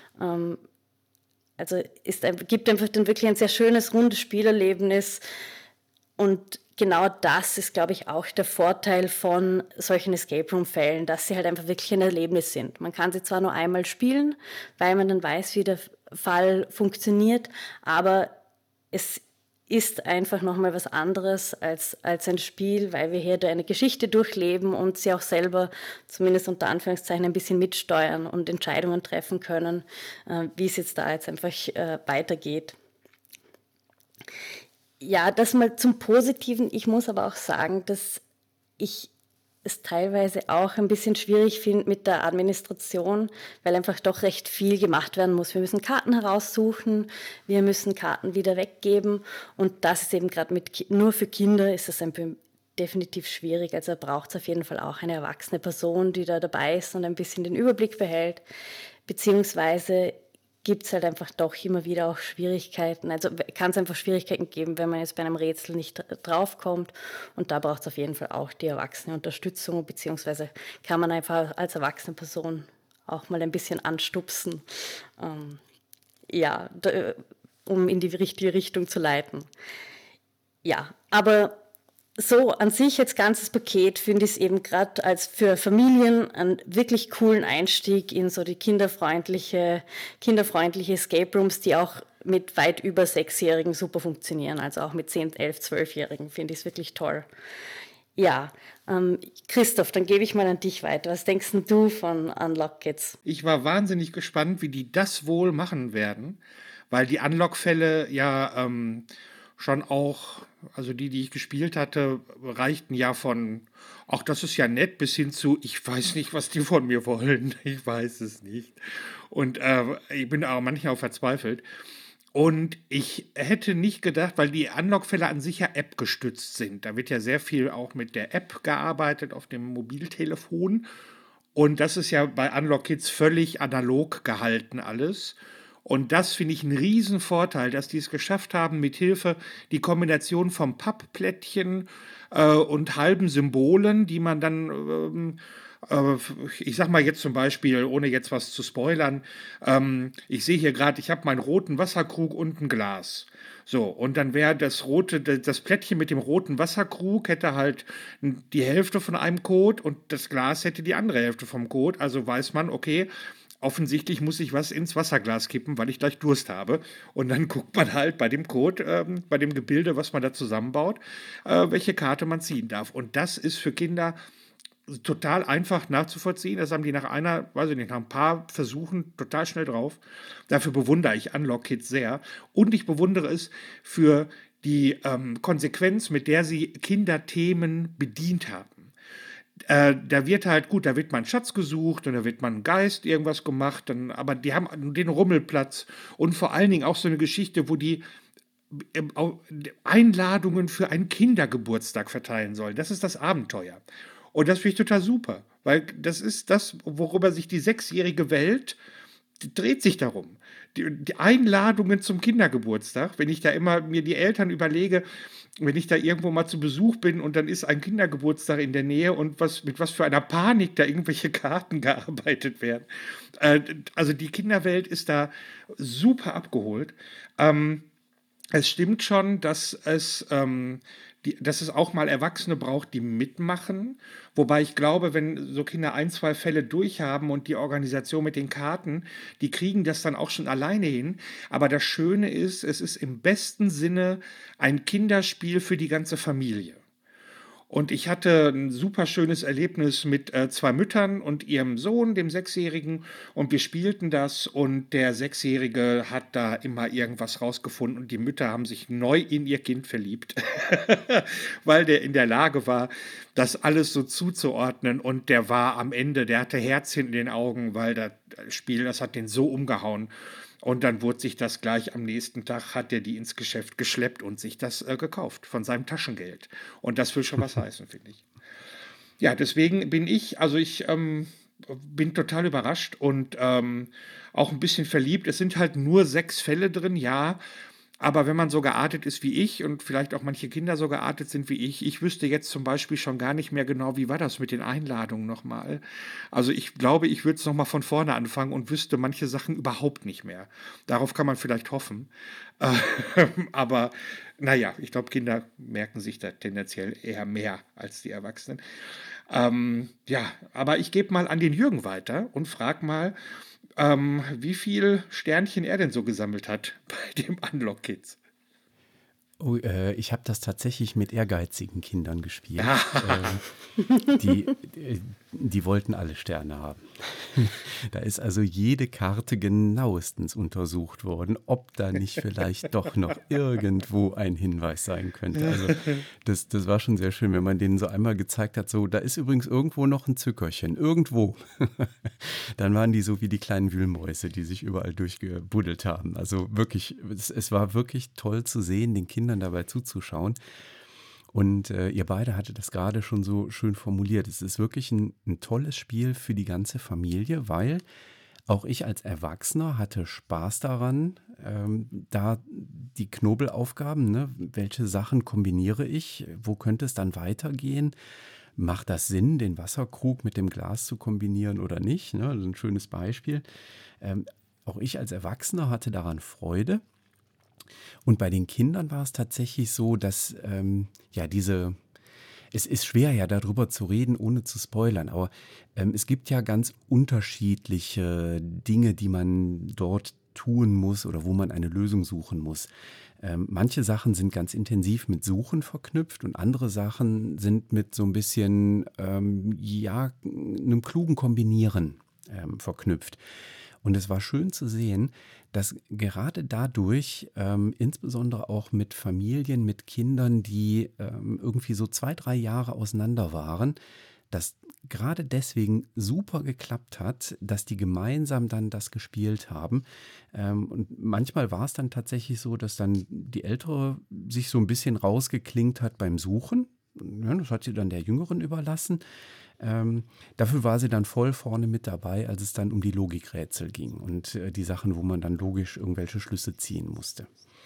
Also ist, gibt einfach dann wirklich ein sehr schönes, rundes Spielerlebnis. Und genau das ist, glaube ich, auch der Vorteil von solchen Escape-Room-Fällen, dass sie halt einfach wirklich ein Erlebnis sind. Man kann sie zwar nur einmal spielen, weil man dann weiß, wie der Fall funktioniert, aber es ist einfach nochmal was anderes als, als ein Spiel, weil wir hier da eine Geschichte durchleben und sie auch selber, zumindest unter Anführungszeichen, ein bisschen mitsteuern und Entscheidungen treffen können, äh, wie es jetzt da jetzt einfach äh, weitergeht. Ja, das mal zum Positiven. Ich muss aber auch sagen, dass ich es teilweise auch ein bisschen schwierig finde mit der Administration, weil einfach doch recht viel gemacht werden muss. Wir müssen Karten heraussuchen, wir müssen Karten wieder weggeben und das ist eben gerade mit nur für Kinder ist es ein definitiv schwierig. Also braucht es auf jeden Fall auch eine erwachsene Person, die da dabei ist und ein bisschen den Überblick behält, beziehungsweise gibt es halt einfach doch immer wieder auch Schwierigkeiten. Also kann es einfach Schwierigkeiten geben, wenn man jetzt bei einem Rätsel nicht draufkommt. Und da braucht es auf jeden Fall auch die erwachsene Unterstützung, beziehungsweise kann man einfach als erwachsene Person auch mal ein bisschen anstupsen, ähm, ja, da, um in die richtige Richtung zu leiten. Ja, aber so an sich jetzt ganzes Paket finde ich es eben gerade als für Familien einen wirklich coolen Einstieg in so die kinderfreundliche, kinderfreundliche Escape Rooms, die auch mit weit über Sechsjährigen super funktionieren, also auch mit zehn, elf, zwölfjährigen finde ich es wirklich toll. Ja, ähm, Christoph, dann gebe ich mal an dich weiter. Was denkst denn du von Unlock Kids? Ich war wahnsinnig gespannt, wie die das wohl machen werden, weil die Unlock-Fälle ja ähm, schon auch Also die, die ich gespielt hatte, reichten ja von, ach, das ist ja nett, bis hin zu, ich weiß nicht, was die von mir wollen. Ich weiß es nicht. Und äh, ich bin auch manchmal auch verzweifelt. Und ich hätte nicht gedacht, weil die Unlock-Fälle an sich ja App gestützt sind. Da wird ja sehr viel auch mit der App gearbeitet auf dem Mobiltelefon. Und das ist ja bei Unlock Kids völlig analog gehalten alles. Und das finde ich einen riesen Vorteil, dass die es geschafft haben, mit Hilfe die Kombination vom Pappplättchen äh, und halben Symbolen, die man dann, ähm, äh, ich sag mal jetzt zum Beispiel, ohne jetzt was zu spoilern, ähm, ich sehe hier gerade, ich habe meinen roten Wasserkrug und ein Glas. So, und dann wäre das rote, das Plättchen mit dem roten Wasserkrug hätte halt die Hälfte von einem Code und das Glas hätte die andere Hälfte vom Code. Also weiß man, okay, offensichtlich muss ich was ins Wasserglas kippen, weil ich gleich Durst habe. Und dann guckt man halt bei dem Code, ähm, bei dem Gebilde, was man da zusammenbaut, äh, welche Karte man ziehen darf. Und das ist für Kinder total einfach nachzuvollziehen. Das haben die nach einer, weiß ich nicht, nach ein paar Versuchen total schnell drauf. Dafür bewundere ich Unlock Kids sehr. Und ich bewundere es für die ähm, Konsequenz, mit der sie Kinderthemen bedient haben. Äh, da wird halt, gut, da wird mal ein Schatz gesucht und da wird mal ein Geist irgendwas gemacht, dann, aber die haben den Rummelplatz und vor allen Dingen auch so eine Geschichte, wo die ähm, Einladungen für einen Kindergeburtstag verteilen sollen. Das ist das Abenteuer. Und das finde ich total super, weil das ist das, worüber sich die sechsjährige Welt die dreht sich darum. Die, die Einladungen zum Kindergeburtstag, wenn ich da immer mir die Eltern überlege, wenn ich da irgendwo mal zu Besuch bin und dann ist ein Kindergeburtstag in der Nähe und was, mit was für einer Panik da irgendwelche Karten gearbeitet werden. Äh, also die Kinderwelt ist da super abgeholt. Ähm, es stimmt schon, dass es, ähm, die, dass es auch mal Erwachsene braucht, die mitmachen. Wobei ich glaube, wenn so Kinder ein, zwei Fälle durchhaben und die Organisation mit den Karten, die kriegen das dann auch schon alleine hin. Aber das Schöne ist, es ist im besten Sinne ein Kinderspiel für die ganze Familie. Und ich hatte ein super schönes Erlebnis mit äh, zwei Müttern und ihrem Sohn, dem Sechsjährigen. Und wir spielten das und der Sechsjährige hat da immer irgendwas rausgefunden und die Mütter haben sich neu in ihr Kind verliebt, weil der in der Lage war, das alles so zuzuordnen. Und der war am Ende, der hatte Herzchen in den Augen, weil das Spiel, das hat den so umgehauen. Und dann wurde sich das gleich am nächsten Tag, hat er die ins Geschäft geschleppt und sich das äh, gekauft von seinem Taschengeld. Und das will schon was heißen, finde ich. Ja, deswegen bin ich, also ich ähm, bin total überrascht und ähm, auch ein bisschen verliebt. Es sind halt nur sechs Fälle drin, ja. Aber wenn man so geartet ist wie ich und vielleicht auch manche Kinder so geartet sind wie ich, ich wüsste jetzt zum Beispiel schon gar nicht mehr genau, wie war das mit den Einladungen nochmal. Also ich glaube, ich würde es nochmal von vorne anfangen und wüsste manche Sachen überhaupt nicht mehr. Darauf kann man vielleicht hoffen. Aber naja, ich glaube, Kinder merken sich da tendenziell eher mehr als die Erwachsenen. Ähm, ja, aber ich gebe mal an den Jürgen weiter und frage mal, Ähm, wie viel Sternchen er denn so gesammelt hat bei dem Unlock Kids. Oh, äh, ich habe das tatsächlich mit ehrgeizigen Kindern gespielt. Ah. ähm, die, äh, die wollten alle Sterne haben. Da ist also jede Karte genauestens untersucht worden, ob da nicht vielleicht doch noch irgendwo ein Hinweis sein könnte. Also das, das war schon sehr schön, wenn man denen so einmal gezeigt hat, so, da ist übrigens irgendwo noch ein Zückerchen, irgendwo. Dann waren die so wie die kleinen Wühlmäuse, die sich überall durchgebuddelt haben. Also wirklich, es, es war wirklich toll zu sehen, den Kindern dabei zuzuschauen. Und äh, ihr beide hattet das gerade schon so schön formuliert. Es ist wirklich ein, ein tolles Spiel für die ganze Familie, weil auch ich als Erwachsener hatte Spaß daran, ähm, da die Knobelaufgaben, ne, welche Sachen kombiniere ich, wo könnte es dann weitergehen? Macht das Sinn, den Wasserkrug mit dem Glas zu kombinieren oder nicht? Ne? Also ein schönes Beispiel. Ähm, auch ich als Erwachsener hatte daran Freude. Und bei den Kindern war es tatsächlich so, dass ähm, ja diese, es ist schwer ja darüber zu reden, ohne zu spoilern, aber ähm, es gibt ja ganz unterschiedliche Dinge, die man dort tun muss oder wo man eine Lösung suchen muss. Ähm, manche Sachen sind ganz intensiv mit Suchen verknüpft und andere Sachen sind mit so ein bisschen, ähm, ja, einem klugen Kombinieren ähm, verknüpft. Und es war schön zu sehen, dass gerade dadurch, ähm, insbesondere auch mit Familien, mit Kindern, die ähm, irgendwie so zwei, drei Jahre auseinander waren, dass gerade deswegen super geklappt hat, dass die gemeinsam dann das gespielt haben. Ähm, und manchmal war es dann tatsächlich so, dass dann die Ältere sich so ein bisschen rausgeklingt hat beim Suchen. Ja, das hat sie dann der Jüngeren überlassen. Ähm, dafür war sie dann voll vorne mit dabei, als es dann um die Logikrätsel ging und äh, die Sachen, wo man dann logisch irgendwelche Schlüsse ziehen musste.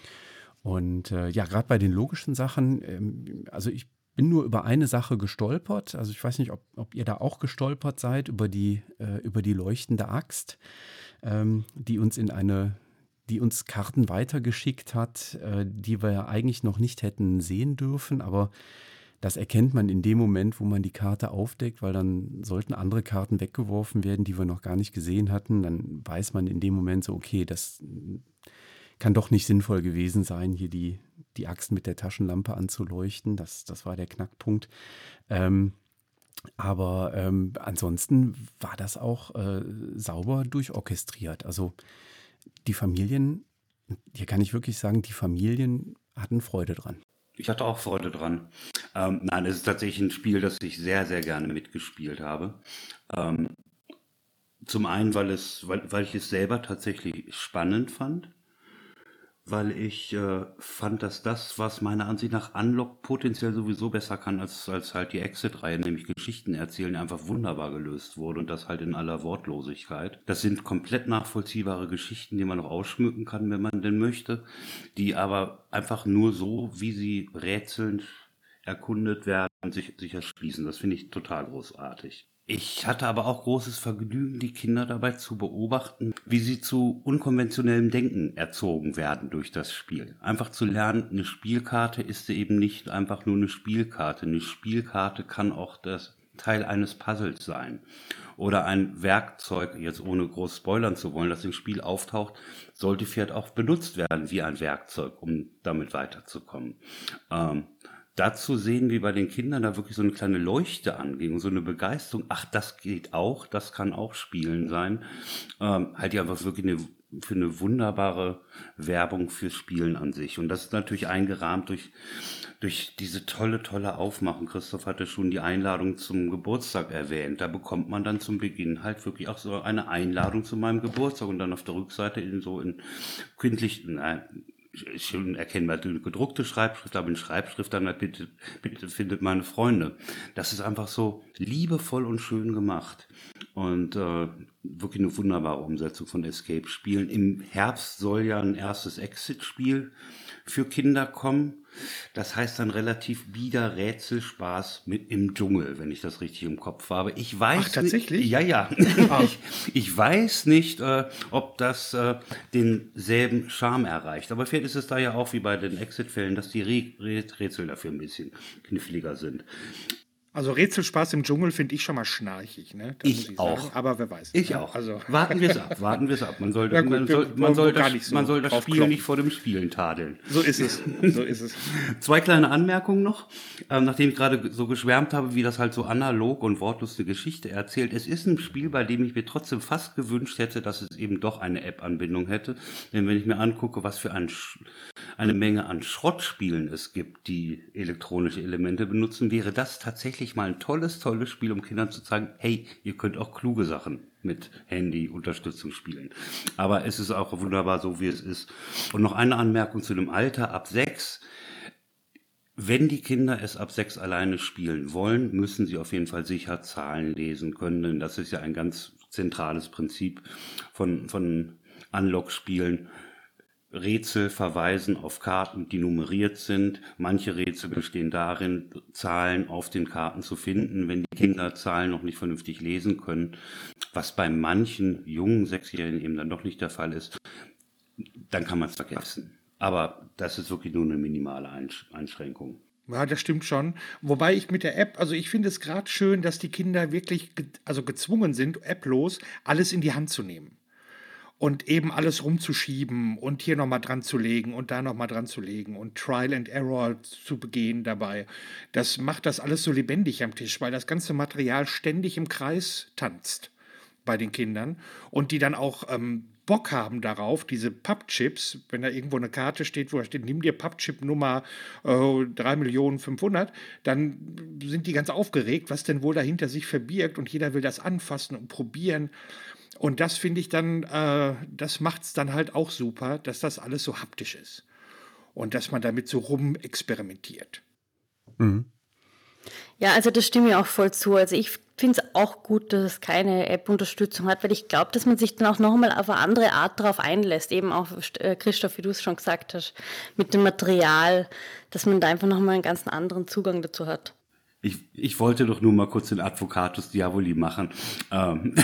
Und äh, ja, gerade bei den logischen Sachen, ähm, also ich bin nur über eine Sache gestolpert. Also ich weiß nicht, ob, ob ihr da auch gestolpert seid, über die, äh, über die leuchtende Axt, ähm, die uns in eine, die uns Karten weitergeschickt hat, äh, die wir ja eigentlich noch nicht hätten sehen dürfen, aber das erkennt man in dem Moment, wo man die Karte aufdeckt, weil dann sollten andere Karten weggeworfen werden, die wir noch gar nicht gesehen hatten. Dann weiß man in dem Moment so, okay, das kann doch nicht sinnvoll gewesen sein, hier die, die Axt mit der Taschenlampe anzuleuchten. Das, das war der Knackpunkt. Ähm, aber ähm, ansonsten war das auch äh, sauber durchorchestriert. Also die Familien, hier kann ich wirklich sagen, die Familien hatten Freude dran. Ich hatte auch Freude dran. Ähm, nein, es ist tatsächlich ein Spiel, das ich sehr, sehr gerne mitgespielt habe. Ähm, zum einen, weil, es, weil, weil ich es selber tatsächlich spannend fand, weil ich äh, fand, dass das, was meiner Ansicht nach Unlock potenziell sowieso besser kann als, als halt die Exit-Reihe, nämlich Geschichten erzählen, einfach wunderbar gelöst wurde und das halt in aller Wortlosigkeit. Das sind komplett nachvollziehbare Geschichten, die man noch ausschmücken kann, wenn man denn möchte, die aber einfach nur so, wie sie rätselnd erkundet werden, sich, sich erschließen. Das finde ich total großartig. Ich hatte aber auch großes Vergnügen, die Kinder dabei zu beobachten, wie sie zu unkonventionellem Denken erzogen werden durch das Spiel. Einfach zu lernen, eine Spielkarte ist eben nicht einfach nur eine Spielkarte. Eine Spielkarte kann auch das Teil eines Puzzles sein. Oder ein Werkzeug, jetzt ohne groß spoilern zu wollen, das im Spiel auftaucht, sollte vielleicht auch benutzt werden wie ein Werkzeug, um damit weiterzukommen. Ähm, Dazu sehen wir bei den Kindern da wirklich so eine kleine Leuchte anging und so eine Begeisterung. Ach, das geht auch, das kann auch Spielen sein. Ähm, halt ja einfach wirklich eine, für eine wunderbare Werbung fürs Spielen an sich. Und das ist natürlich eingerahmt durch, durch diese tolle, tolle Aufmachung. Christoph hatte schon die Einladung zum Geburtstag erwähnt. Da bekommt man dann zum Beginn halt wirklich auch so eine Einladung zu meinem Geburtstag und dann auf der Rückseite in so in kindlich, nein, schön erkennbar gedruckte Schreibschrift, aber in Schreibschrift dann halt bitte, bitte findet meine Freunde. Das ist einfach so liebevoll und schön gemacht. Und äh, wirklich eine wunderbare Umsetzung von Escape-Spielen. Im Herbst soll ja ein erstes Exit-Spiel für Kinder kommen. Das heißt dann relativ bieder Rätselspaß mit im Dschungel, wenn ich das richtig im Kopf habe. Ich weiß Ach, tatsächlich? Nicht, ja, ja. ich, ich weiß nicht, äh, ob das äh, denselben Charme erreicht. Aber vielleicht ist es da ja auch wie bei den Exit-Fällen, dass die Re- Rätsel dafür ein bisschen kniffliger sind. Also Rätselspaß im Dschungel finde ich schon mal schnarchig, ne? Das Ich muss ich auch. sagen. Aber wer weiß. Ich Ja, auch. Also Warten wir es ab, warten wir es ab. Man soll, Ja gut, man wir soll, wollen man soll gar das, nicht so man soll das drauf Spiel kloppen. nicht vor dem Spielen tadeln. so ist es. So ist es. Zwei kleine Anmerkungen noch, ähm, nachdem ich gerade so geschwärmt habe, wie das halt so analog und wortlos eine Geschichte erzählt. Es ist ein Spiel, bei dem ich mir trotzdem fast gewünscht hätte, dass es eben doch eine App-Anbindung hätte. Denn wenn ich mir angucke, was für ein, Sch- eine Menge an Schrottspielen es gibt, die elektronische Elemente benutzen, wäre das tatsächlich mal ein tolles, tolles Spiel, um Kindern zu zeigen, hey, ihr könnt auch kluge Sachen mit Handy-Unterstützung spielen. Aber es ist auch wunderbar so, wie es ist. Und noch eine Anmerkung zu dem Alter ab sechs. Wenn die Kinder es ab sechs alleine spielen wollen, müssen sie auf jeden Fall sicher Zahlen lesen können, denn das ist ja ein ganz zentrales Prinzip von, von Unlock-Spielen. Rätsel verweisen auf Karten, die nummeriert sind. Manche Rätsel bestehen darin, Zahlen auf den Karten zu finden, wenn die Kinder Zahlen noch nicht vernünftig lesen können, was bei manchen jungen Sechsjährigen eben dann doch nicht der Fall ist, dann kann man es vergessen. Aber das ist wirklich nur eine minimale Einsch- Einschränkung. Ja, das stimmt schon. Wobei ich mit der App, also ich finde es gerade schön, dass die Kinder wirklich ge also gezwungen sind, applos alles in die Hand zu nehmen. Und eben alles rumzuschieben und hier nochmal dran zu legen und da nochmal dran zu legen und Trial and Error zu begehen dabei. Das macht das alles so lebendig am Tisch, weil das ganze Material ständig im Kreis tanzt. bei den Kindern und die dann auch ähm, Bock haben darauf, diese Pappchips, wenn da irgendwo eine Karte steht, wo da steht, nimm dir Pappchip Nummer äh, drei Millionen fünfhundert, dann sind die ganz aufgeregt, was denn wohl dahinter sich verbirgt und jeder will das anfassen und probieren. Und das finde ich dann, äh, das macht es dann halt auch super, dass das alles so haptisch ist und dass man damit so rumexperimentiert. Mhm. Ja, also das stimme ich auch voll zu. Also ich finde es auch gut, dass es keine App-Unterstützung hat, weil ich glaube, dass man sich dann auch nochmal auf eine andere Art darauf einlässt. Eben auch, äh, Christoph, wie du es schon gesagt hast, mit dem Material, dass man da einfach nochmal einen ganz anderen Zugang dazu hat. Ich, ich wollte doch nur mal kurz den Advocatus Diaboli machen. Ähm.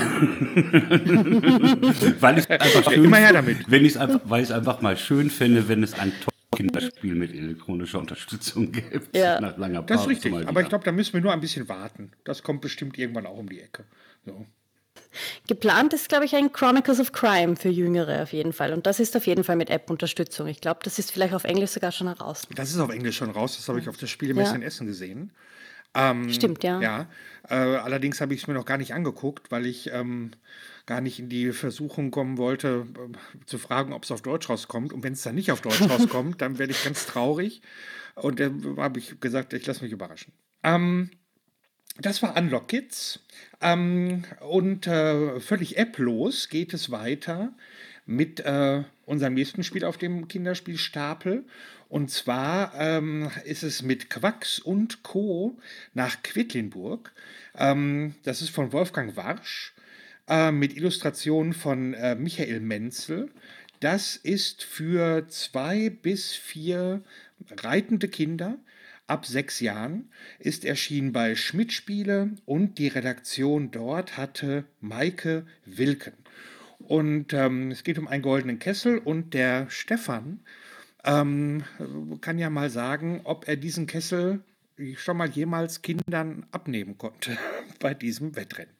weil ich einfach schön, Immer her damit. Wenn ich's einfach, weil ich es einfach mal schön finde, wenn es ein Kinderspiel mit elektronischer Unterstützung gibt. Ja. Nach langer Das ist Pause richtig, mal aber wieder. ich glaube, da müssen wir nur ein bisschen warten. Das kommt bestimmt irgendwann auch um die Ecke. So. Geplant ist, glaube ich, ein Chronicles of Crime für Jüngere auf jeden Fall. Und das ist auf jeden Fall mit App-Unterstützung. Ich glaube, das ist vielleicht auf Englisch sogar schon heraus. Das ist auf Englisch schon raus, das habe ich auf der Spielemesse Ja. in Essen gesehen. Ähm, Stimmt, ja. Ja, äh, allerdings habe ich es mir noch gar nicht angeguckt, weil ich ähm, gar nicht in die Versuchung kommen wollte, äh, zu fragen, ob es auf Deutsch rauskommt. Und wenn es dann nicht auf Deutsch rauskommt, dann werde ich ganz traurig. Und dann habe ich gesagt, ich lasse mich überraschen. Ähm, das war Unlock Kids. Ähm, und äh, völlig applos geht es weiter mit äh, unserem nächsten Spiel auf dem Kinderspielstapel. Und zwar ähm, ist es mit Quacks und Co. nach Quedlinburg. Ähm, das ist von Wolfgang Warsch äh, mit Illustrationen von äh, Michael Menzel. Das ist für zwei bis vier reitende Kinder ab sechs Jahren, ist erschienen bei Schmidt Spiele und die Redaktion dort hatte Maike Wilken. Und ähm, es geht um einen goldenen Kessel und der Stefan ähm, kann ja mal sagen, ob er diesen Kessel schon mal jemals Kindern abnehmen konnte bei diesem Wettrennen.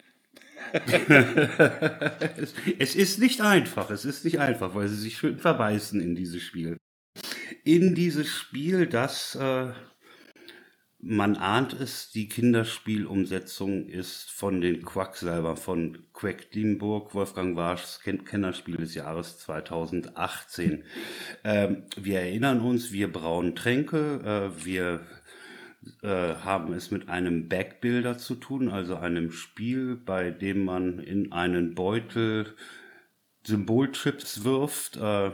es, es ist nicht einfach, es ist nicht einfach, weil sie sich schön verbeißen in dieses Spiel. In dieses Spiel, das, äh, man ahnt es, die Kinderspielumsetzung ist von den Quacksalber von Quedlinburg, Wolfgang Warschs Kennerspiel des Jahres zweitausendachtzehn. Ähm, wir erinnern uns, wir brauen Tränke, äh, wir äh, haben es mit einem Backbuilder zu tun, also einem Spiel, bei dem man in einen Beutel Symbolchips wirft, äh,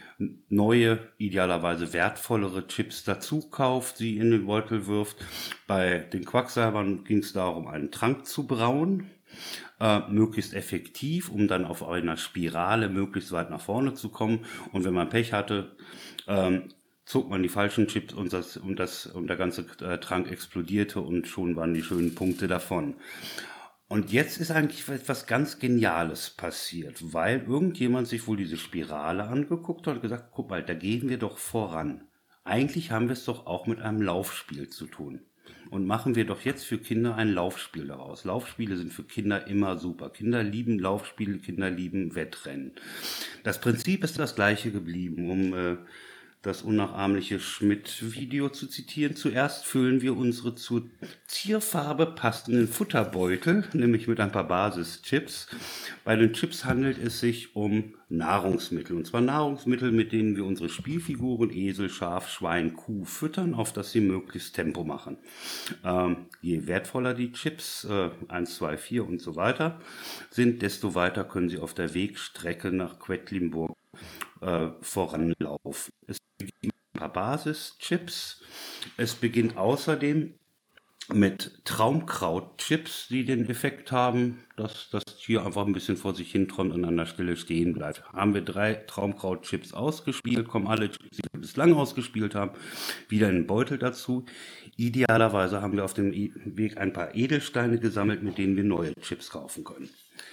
neue, idealerweise wertvollere Chips dazu kauft, sie in den Beutel wirft. Bei den Quacksalbern ging es darum, einen Trank zu brauen, äh, möglichst effektiv, um dann auf einer Spirale möglichst weit nach vorne zu kommen. Und wenn man Pech hatte, ähm, zog man die falschen Chips und, das, und, das, und der ganze äh, Trank explodierte und schon waren die schönen Punkte davon. Und jetzt ist eigentlich etwas ganz Geniales passiert, weil irgendjemand sich wohl diese Spirale angeguckt hat und gesagt, guck mal, da gehen wir doch voran. Eigentlich haben wir es doch auch mit einem Laufspiel zu tun. Und machen wir doch jetzt für Kinder ein Laufspiel daraus. Laufspiele sind für Kinder immer super. Kinder lieben Laufspiele, Kinder lieben Wettrennen. Das Prinzip ist das gleiche geblieben, um äh, das unnachahmliche Schmidt-Video zu zitieren. Zuerst füllen wir unsere zur Tierfarbe passenden Futterbeutel, nämlich mit ein paar Basischips. Bei den Chips handelt es sich um Nahrungsmittel. Und zwar Nahrungsmittel, mit denen wir unsere Spielfiguren Esel, Schaf, Schwein, Kuh füttern, auf dass sie möglichst Tempo machen. Ähm, je wertvoller die Chips, äh, eins, zwei, vier und so weiter, sind, desto weiter können sie auf der Wegstrecke nach Quedlinburg äh, voranlaufen. Es beginnt mit ein paar Basischips. Es beginnt außerdem mit Traumkrautchips, die den Effekt haben, dass das Tier einfach ein bisschen vor sich hin träumt und an der Stelle stehen bleibt. Haben wir drei Traumkrautchips ausgespielt, kommen alle Chips, die wir bislang ausgespielt haben, wieder in den Beutel dazu. Idealerweise haben wir auf dem Weg ein paar Edelsteine gesammelt, mit denen wir neue Chips kaufen können.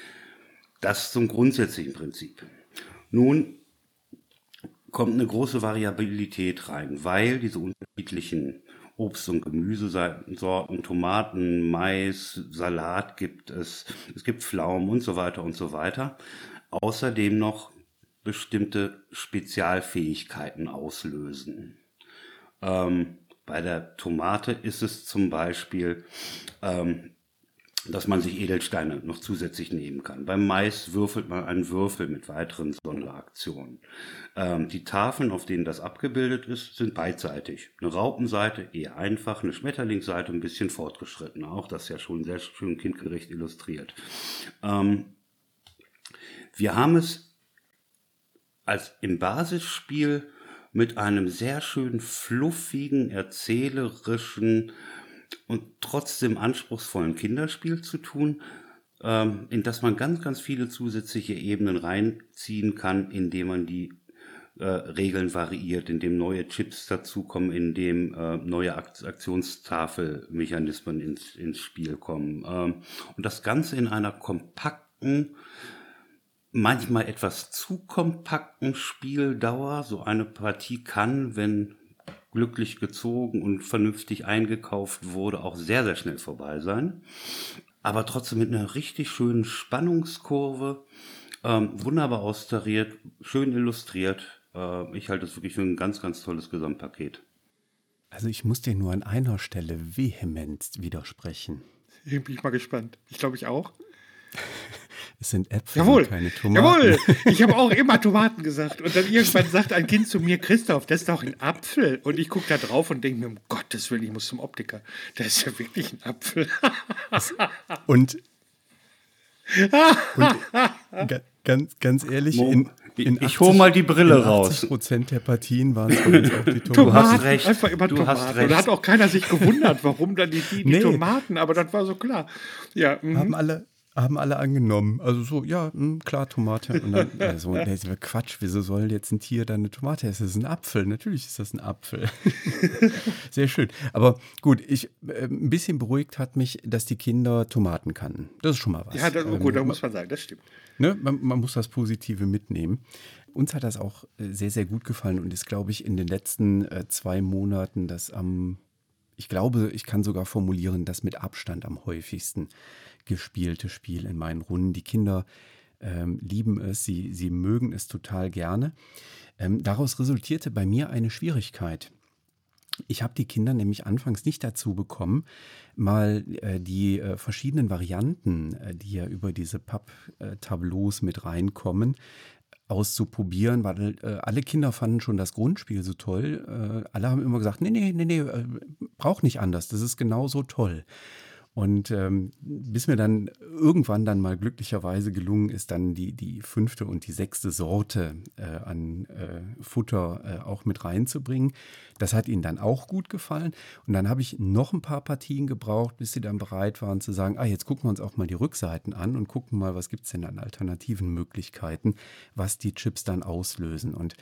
Das zum grundsätzlichen Prinzip. Nun kommt eine große Variabilität rein, weil diese unterschiedlichen Obst- und Gemüsesorten, Tomaten, Mais, Salat gibt es, es gibt Pflaumen und so weiter und so weiter. Außerdem noch bestimmte Spezialfähigkeiten auslösen. Ähm, bei der Tomate ist es zum Beispiel, ähm, dass man sich Edelsteine noch zusätzlich nehmen kann. Beim Mais würfelt man einen Würfel mit weiteren Sonderaktionen. Ähm, die Tafeln, auf denen das abgebildet ist, sind beidseitig. Eine Raupenseite eher einfach, eine Schmetterlingsseite ein bisschen fortgeschritten. Auch das ist ja schon sehr schön kindgerecht illustriert. Ähm, wir haben es als im Basisspiel mit einem sehr schön fluffigen, erzählerischen und trotzdem anspruchsvollen Kinderspiel zu tun, ähm, in das man ganz, ganz viele zusätzliche Ebenen reinziehen kann, indem man die äh, Regeln variiert, indem neue Chips dazukommen, indem äh, neue Akt- Aktionstafelmechanismen ins, ins Spiel kommen. Ähm, und das Ganze in einer kompakten, manchmal etwas zu kompakten Spieldauer. So eine Partie kann, wenn glücklich gezogen und vernünftig eingekauft wurde, auch sehr, sehr schnell vorbei sein. Aber trotzdem mit einer richtig schönen Spannungskurve, ähm, wunderbar austariert, schön illustriert. Äh, ich halte es wirklich für ein ganz, ganz tolles Gesamtpaket. Also ich muss dir nur an einer Stelle vehement widersprechen. Bin ich mal gespannt. Ich glaube, ich auch. Es sind Äpfel Jawohl, und keine Tomaten. jawohl. Ich habe auch immer Tomaten gesagt. Und dann irgendwann sagt ein Kind zu mir, Christoph, das ist doch ein Apfel. Und ich gucke da drauf und denke mir, um Gottes Willen, ich muss zum Optiker. Das ist ja wirklich ein Apfel. Und, und ga- ganz, ganz ehrlich, Mo, in, in ich hole mal die Brille in raus. achtzig Prozent der Partien waren es bei uns auch die Tomaten. Du hast Tomaten, recht. einfach immer Du Tomaten. hast Und da recht. hat auch keiner sich gewundert, warum dann die, die, die Nee. Tomaten, aber das war so klar. Ja, mhm. Haben alle, haben alle angenommen. Also so, ja, mh, klar, Tomate. Und dann, äh, so, nee, das war Quatsch, wieso soll jetzt ein Tier dann eine Tomate essen? Das ist ein Apfel. Natürlich ist das ein Apfel. Sehr schön. Aber gut, ich, äh, ein bisschen beruhigt hat mich, dass die Kinder Tomaten kannten. Das ist schon mal was. ja, das, Ähm, gut, da muss man sagen, das stimmt. Ne, man, man muss das Positive mitnehmen. Uns hat das auch äh, sehr, sehr gut gefallen und ist, glaube ich, in den letzten äh, zwei Monaten das am, ich glaube, ich kann sogar formulieren, das mit Abstand am häufigsten gespielte Spiel in meinen Runden. Die Kinder ähm, lieben es, sie, sie mögen es total gerne. Ähm, daraus resultierte bei mir eine Schwierigkeit. Ich habe die Kinder nämlich anfangs nicht dazu bekommen, mal äh, die äh, verschiedenen Varianten, äh, die ja über diese Papptableaus mit reinkommen, auszuprobieren, weil äh, alle Kinder fanden schon das Grundspiel so toll. Äh, alle haben immer gesagt, nee, nee, nee, nee, äh, braucht nicht anders, das ist genauso toll. Und ähm, bis mir dann irgendwann dann mal glücklicherweise gelungen ist, dann die, die fünfte und die sechste Sorte äh, an äh, Futter äh, auch mit reinzubringen. Das hat ihnen dann auch gut gefallen. Und dann habe ich noch ein paar Partien gebraucht, bis sie dann bereit waren zu sagen, ah, jetzt gucken wir uns auch mal die Rückseiten an und gucken mal, was gibt es denn an alternativen Möglichkeiten, was die Chips dann auslösen. Und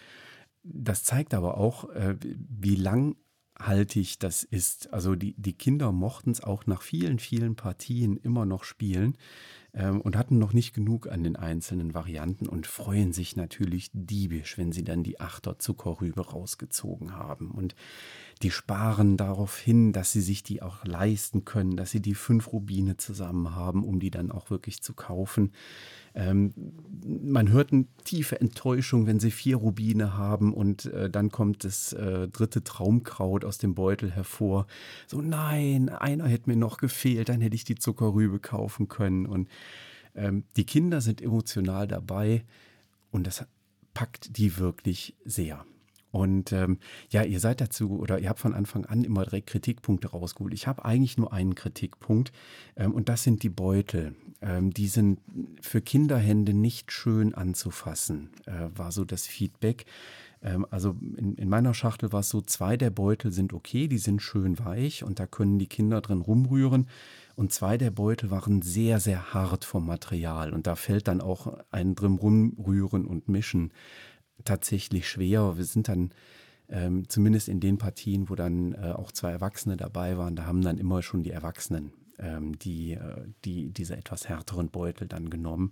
das zeigt aber auch, äh, wie lang haltig das ist. Also die, die Kinder mochten es auch nach vielen, vielen Partien immer noch spielen ähm, und hatten noch nicht genug an den einzelnen Varianten und freuen sich natürlich diebisch, wenn sie dann die Achter Zuckerrübe rausgezogen haben. Und die sparen darauf hin, dass sie sich die auch leisten können, dass sie die fünf Rubine zusammen haben, um die dann auch wirklich zu kaufen. Ähm, man hört eine tiefe Enttäuschung, wenn sie vier Rubine haben und äh, dann kommt das äh, dritte Traumkraut aus dem Beutel hervor. So, nein, einer hätte mir noch gefehlt, dann hätte ich die Zuckerrübe kaufen können. Und ähm, die Kinder sind emotional dabei und das packt die wirklich sehr. Und ähm, ja, ihr seid dazu oder ihr habt von Anfang an immer direkt Kritikpunkte rausgeholt. Ich habe eigentlich nur einen Kritikpunkt ähm, und das sind die Beutel. Ähm, die sind für Kinderhände nicht schön anzufassen, äh, war so das Feedback. Ähm, also in, in meiner Schachtel war es so, zwei der Beutel sind okay, die sind schön weich und da können die Kinder drin rumrühren. Und zwei der Beutel waren sehr, sehr hart vom Material und da fällt dann auch ein drin rumrühren und mischen tatsächlich schwer. Wir sind dann ähm, zumindest in den Partien, wo dann äh, auch zwei Erwachsene dabei waren, da haben dann immer schon die Erwachsenen ähm, die, äh, die diese etwas härteren Beutel dann genommen.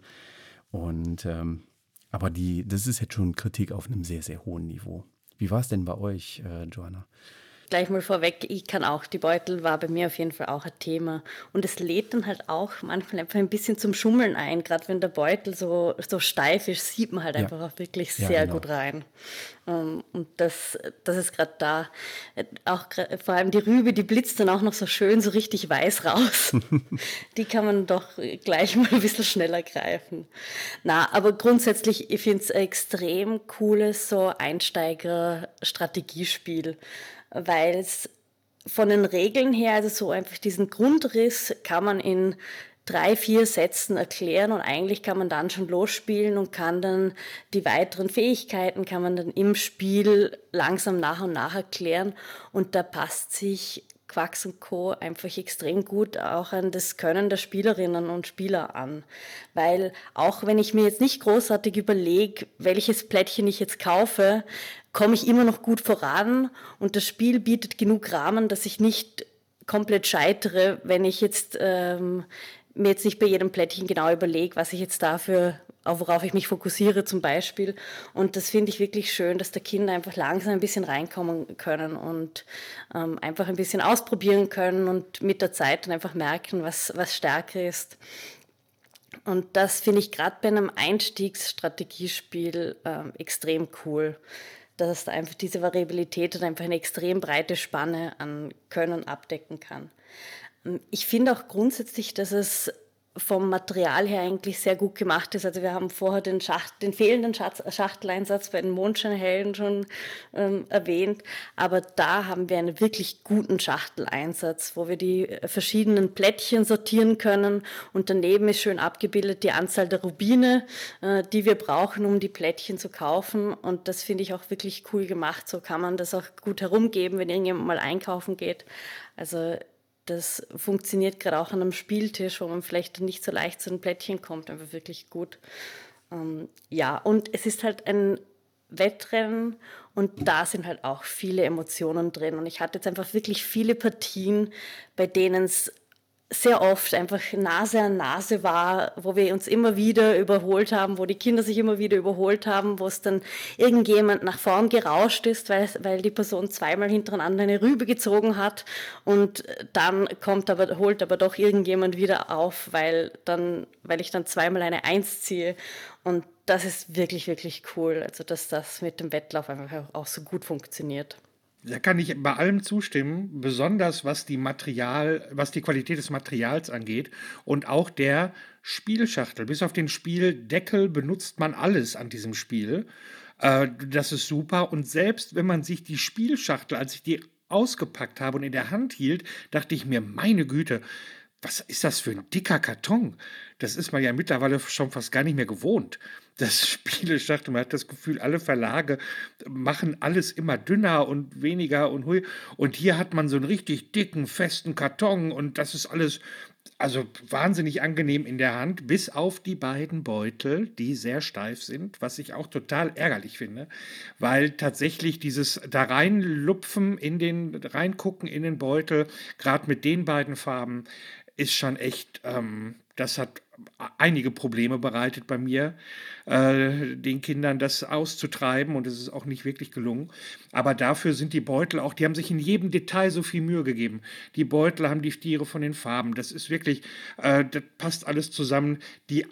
Und ähm, aber die, das ist jetzt schon Kritik auf einem sehr, sehr hohen Niveau. Wie war es denn bei euch, äh, Joanna? gleich mal vorweg, ich kann auch, die Beutel war bei mir auf jeden Fall auch ein Thema. Und es lädt dann halt auch manchmal einfach ein bisschen zum Schummeln ein. Gerade wenn der Beutel so, so steif ist, sieht man halt Ja. einfach auch wirklich Ja, sehr genau. gut rein. Ähm, Und das, das ist gerade da. Äh, Auch gra- vor allem die Rübe, die blitzt dann auch noch so schön, so richtig weiß raus. Die kann man doch gleich mal ein bisschen schneller greifen. Na, aber grundsätzlich, ich finde es ein extrem cooles so Einsteiger-Strategiespiel, weil es von den Regeln her, also so einfach diesen Grundriss kann man in drei, vier Sätzen erklären und eigentlich kann man dann schon losspielen und kann dann die weiteren Fähigkeiten kann man dann im Spiel langsam nach und nach erklären und da passt sich Quacks und Co. einfach extrem gut auch an das Können der Spielerinnen und Spieler an. Weil auch wenn ich mir jetzt nicht großartig überlege, welches Plättchen ich jetzt kaufe, komme ich immer noch gut voran und das Spiel bietet genug Rahmen, dass ich nicht komplett scheitere, wenn ich jetzt ähm, mir jetzt nicht bei jedem Plättchen genau überlege, was ich jetzt dafür, auf worauf ich mich fokussiere zum Beispiel. Und das finde ich wirklich schön, dass da Kinder einfach langsam ein bisschen reinkommen können und ähm, einfach ein bisschen ausprobieren können und mit der Zeit dann einfach merken, was, was stärker ist. Und das finde ich gerade bei einem Einstiegsstrategiespiel ähm, extrem cool, dass da einfach diese Variabilität und einfach eine extrem breite Spanne an Können abdecken kann. Ähm, Ich finde auch grundsätzlich, dass es vom Material her eigentlich sehr gut gemacht ist. Also wir haben vorher den, Schacht, den fehlenden Schatz, Schachteleinsatz bei den Mondscheinhelden schon ähm, erwähnt, aber da haben wir einen wirklich guten Schachteleinsatz, wo wir die verschiedenen Plättchen sortieren können und daneben ist schön abgebildet die Anzahl der Rubine, äh, die wir brauchen, um die Plättchen zu kaufen und das finde ich auch wirklich cool gemacht. So kann man das auch gut herumgeben, wenn irgendjemand mal einkaufen geht. Also das funktioniert gerade auch an einem Spieltisch, wo man vielleicht nicht so leicht zu den Plättchen kommt, einfach wirklich gut. Ähm, ja, und es ist halt ein Wettrennen und da sind halt auch viele Emotionen drin. Und ich hatte jetzt einfach wirklich viele Partien, bei denen es sehr oft einfach Nase an Nase war, wo wir uns immer wieder überholt haben, wo die Kinder sich immer wieder überholt haben, wo es dann irgendjemand nach vorn gerauscht ist, weil, weil die Person zweimal hintereinander eine Rübe gezogen hat und dann kommt aber, holt aber doch irgendjemand wieder auf, weil, dann, weil ich dann zweimal eine Eins ziehe und das ist wirklich, wirklich cool, also dass das mit dem Wettlauf einfach auch so gut funktioniert. Da kann ich bei allem zustimmen, besonders was die Material, was die Qualität des Materials angeht und auch der Spielschachtel. Bis auf den Spieldeckel benutzt man alles an diesem Spiel. Äh, das ist super. Und selbst wenn man sich die Spielschachtel, als ich die ausgepackt habe und in der Hand hielt, dachte ich mir, meine Güte, was ist das für ein dicker Karton? Das ist man ja mittlerweile schon fast gar nicht mehr gewohnt. Das Spieleschachtel, man hat das Gefühl, alle Verlage machen alles immer dünner und weniger und hui. Und hier hat man so einen richtig dicken, festen Karton und das ist alles, also wahnsinnig angenehm in der Hand, bis auf die beiden Beutel, die sehr steif sind, was ich auch total ärgerlich finde, weil tatsächlich dieses da reinlupfen in den, reingucken in den Beutel, gerade mit den beiden Farben, ist schon echt, ähm, das hat einige Probleme bereitet bei mir, äh, den Kindern das auszutreiben und es ist auch nicht wirklich gelungen. Aber dafür sind die Beutel auch, die haben sich in jedem Detail so viel Mühe gegeben. Die Beutel haben die Tiere von den Farben. Das ist wirklich, äh, das passt alles zusammen. Die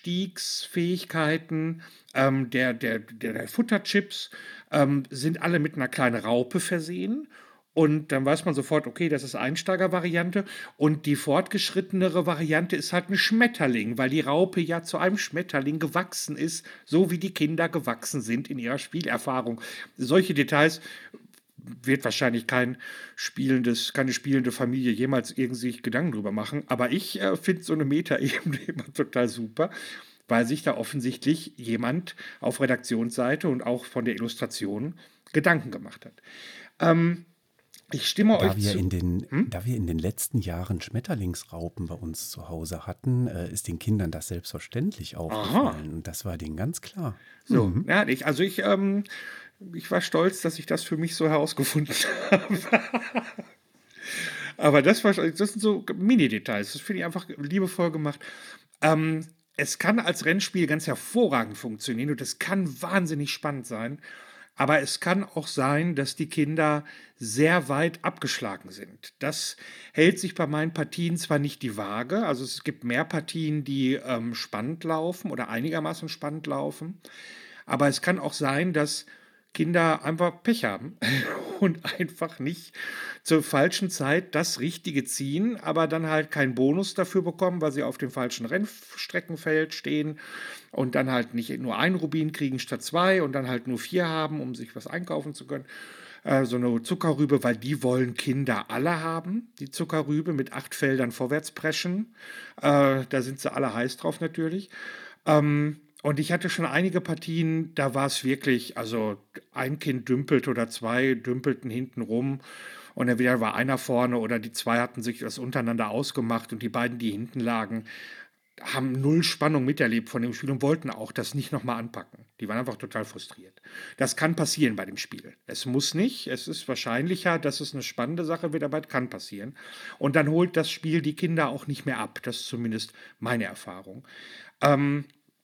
Einstiegsfähigkeiten ähm, der, der, der, der Futterchips ähm, sind alle mit einer kleinen Raupe versehen. Und dann weiß man sofort, okay, das ist Einsteiger-Variante. Und die fortgeschrittenere Variante ist halt ein Schmetterling, weil die Raupe ja zu einem Schmetterling gewachsen ist, so wie die Kinder gewachsen sind in ihrer Spielerfahrung. Solche Details wird wahrscheinlich kein spielendes, keine spielende Familie jemals irgendwie Gedanken drüber machen. Aber ich äh, finde so eine Metaebene immer total super, weil sich da offensichtlich jemand auf Redaktionsseite und auch von der Illustration Gedanken gemacht hat. Ähm, Ich stimme Da euch wir, zu. in den, Hm? da wir in den letzten Jahren Schmetterlingsraupen bei uns zu Hause hatten, äh, ist den Kindern das selbstverständlich aufgefallen. Und das war denen ganz klar. So, Mhm. ja, ich, also ich, ähm, ich war stolz, dass ich das für mich so herausgefunden habe. Aber das, war, das sind so Mini-Details. Das finde ich einfach liebevoll gemacht. Ähm, es kann als Rennspiel ganz hervorragend funktionieren und es kann wahnsinnig spannend sein. Aber es kann auch sein, dass die Kinder sehr weit abgeschlagen sind. Das hält sich bei meinen Partien zwar nicht die Waage, also es gibt mehr Partien, die ähm, spannend laufen oder einigermaßen spannend laufen, aber es kann auch sein, dass Kinder einfach Pech haben und einfach nicht zur falschen Zeit das Richtige ziehen, aber dann halt keinen Bonus dafür bekommen, weil sie auf dem falschen Rennstreckenfeld stehen und dann halt nicht nur einen Rubin kriegen statt zwei und dann halt nur vier haben, um sich was einkaufen zu können. Äh, so eine Zuckerrübe, weil die wollen Kinder alle haben, die Zuckerrübe mit acht Feldern vorwärts preschen. Äh, da sind sie alle heiß drauf natürlich. Ähm, Und ich hatte schon einige Partien, da war es wirklich, also ein Kind dümpelt oder zwei dümpelten hinten rum und dann wieder war einer vorne oder die zwei hatten sich das untereinander ausgemacht und die beiden, die hinten lagen, haben null Spannung miterlebt von dem Spiel und wollten auch das nicht nochmal anpacken. Die waren einfach total frustriert. Das kann passieren bei dem Spiel. Es muss nicht, es ist wahrscheinlicher, dass es eine spannende Sache wird, aber es kann passieren. Und dann holt das Spiel die Kinder auch nicht mehr ab. Das ist zumindest meine Erfahrung. Ähm,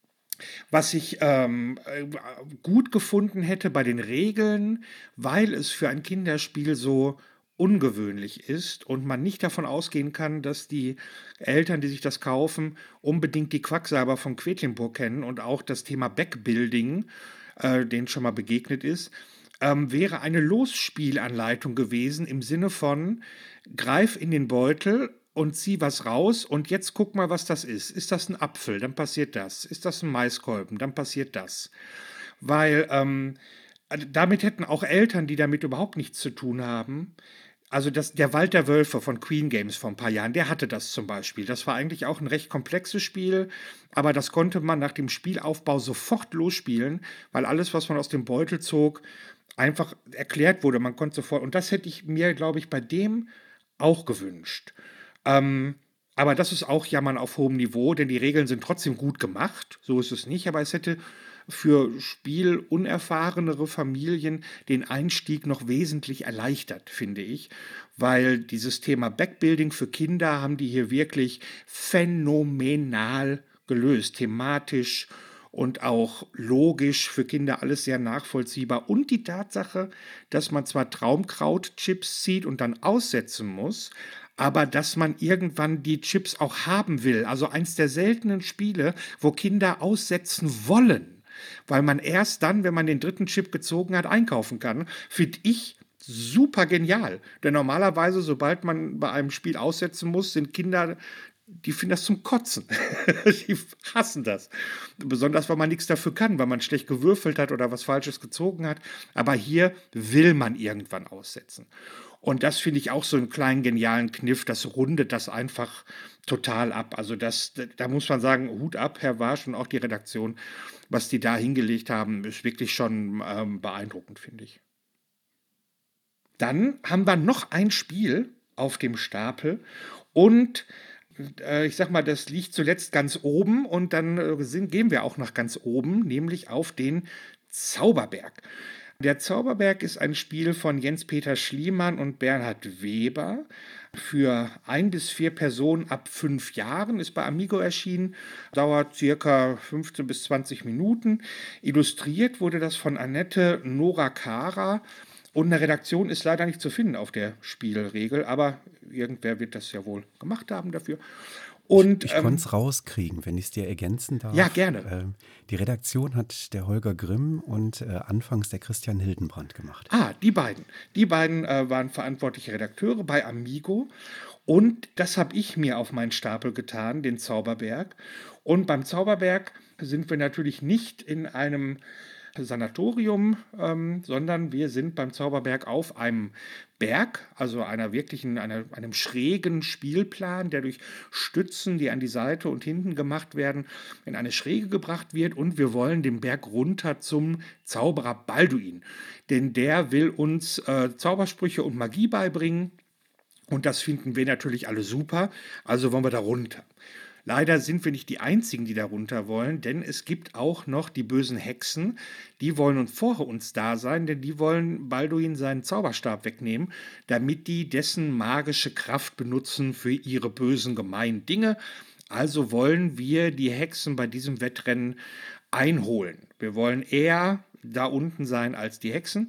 Was ich ähm, äh, gut gefunden hätte bei den Regeln, weil es für ein Kinderspiel so ungewöhnlich ist und man nicht davon ausgehen kann, dass die Eltern, die sich das kaufen, unbedingt die Quacksalber von Quedlinburg kennen und auch das Thema Backbuilding, äh, denen schon mal begegnet ist, ähm, wäre eine Losspielanleitung gewesen im Sinne von, greif in den Beutel und zieh was raus und jetzt guck mal, was das ist. Ist das ein Apfel? Dann passiert das. Ist das ein Maiskolben? Dann passiert das. Weil ähm, damit hätten auch Eltern, die damit überhaupt nichts zu tun haben, also das, der Wald der Wölfe von Queen Games vor ein paar Jahren, der hatte das zum Beispiel. Das war eigentlich auch ein recht komplexes Spiel, aber das konnte man nach dem Spielaufbau sofort losspielen, weil alles, was man aus dem Beutel zog, einfach erklärt wurde. Man konnte sofort, und das hätte ich mir, glaube ich, bei dem auch gewünscht. Ähm, aber das ist auch Jammern auf hohem Niveau, denn die Regeln sind trotzdem gut gemacht. So ist es nicht, aber es hätte für spielunerfahrenere Familien den Einstieg noch wesentlich erleichtert, finde ich, weil dieses Thema Backbuilding für Kinder haben die hier wirklich phänomenal gelöst, thematisch und auch logisch für Kinder alles sehr nachvollziehbar. Und die Tatsache, dass man zwar Traumkrautchips zieht und dann aussetzen muss, aber dass man irgendwann die Chips auch haben will. Also eins der seltenen Spiele, wo Kinder aussetzen wollen, weil man erst dann, wenn man den dritten Chip gezogen hat, einkaufen kann, finde ich super genial. Denn normalerweise, sobald man bei einem Spiel aussetzen muss, sind Kinder, die finden das zum Kotzen. Die hassen das. Besonders, weil man nichts dafür kann, weil man schlecht gewürfelt hat oder was Falsches gezogen hat. Aber hier will man irgendwann aussetzen. Und das finde ich auch so einen kleinen genialen Kniff, das rundet das einfach total ab. Also das, da muss man sagen, Hut ab, Herr Warsch und auch die Redaktion, was die da hingelegt haben, ist wirklich schon ähm, beeindruckend, finde ich. Dann haben wir noch ein Spiel auf dem Stapel und äh, ich sag mal, das liegt zuletzt ganz oben und dann äh, sind, gehen wir auch nach ganz oben, nämlich auf den Zauberberg. Der Zauberberg ist ein Spiel von Jens-Peter Schliemann und Bernhard Weber für ein bis vier Personen ab fünf Jahren, ist bei Amigo erschienen, dauert circa fünfzehn bis zwanzig Minuten. Illustriert wurde das von Annette Norakara und eine Redaktion ist leider nicht zu finden auf der Spielregel, aber irgendwer wird das ja wohl gemacht haben dafür. Und, ich ich ähm, konnte es rauskriegen, wenn ich es dir ergänzen darf. Ja, gerne. Ähm, die Redaktion hat der Holger Grimm und äh, anfangs der Christian Hildenbrand gemacht. Ah, die beiden. Die beiden äh, waren verantwortliche Redakteure bei Amigo. Und das habe ich mir auf meinen Stapel getan, den Zauberberg. Und beim Zauberberg sind wir natürlich nicht in einem Sanatorium, ähm, sondern wir sind beim Zauberberg auf einem Berg, also einer wirklichen, einer, einem schrägen Spielplan, der durch Stützen, die an die Seite und hinten gemacht werden, in eine Schräge gebracht wird und wir wollen den Berg runter zum Zauberer Balduin, denn der will uns äh, Zaubersprüche und Magie beibringen und das finden wir natürlich alle super, also wollen wir da runter. Leider sind wir nicht die Einzigen, die da runter wollen, denn es gibt auch noch die bösen Hexen, die wollen uns vor uns da sein, denn die wollen Balduin seinen Zauberstab wegnehmen, damit die dessen magische Kraft benutzen für ihre bösen, gemeinen Dinge. Also wollen wir die Hexen bei diesem Wettrennen einholen. Wir wollen eher da unten sein als die Hexen.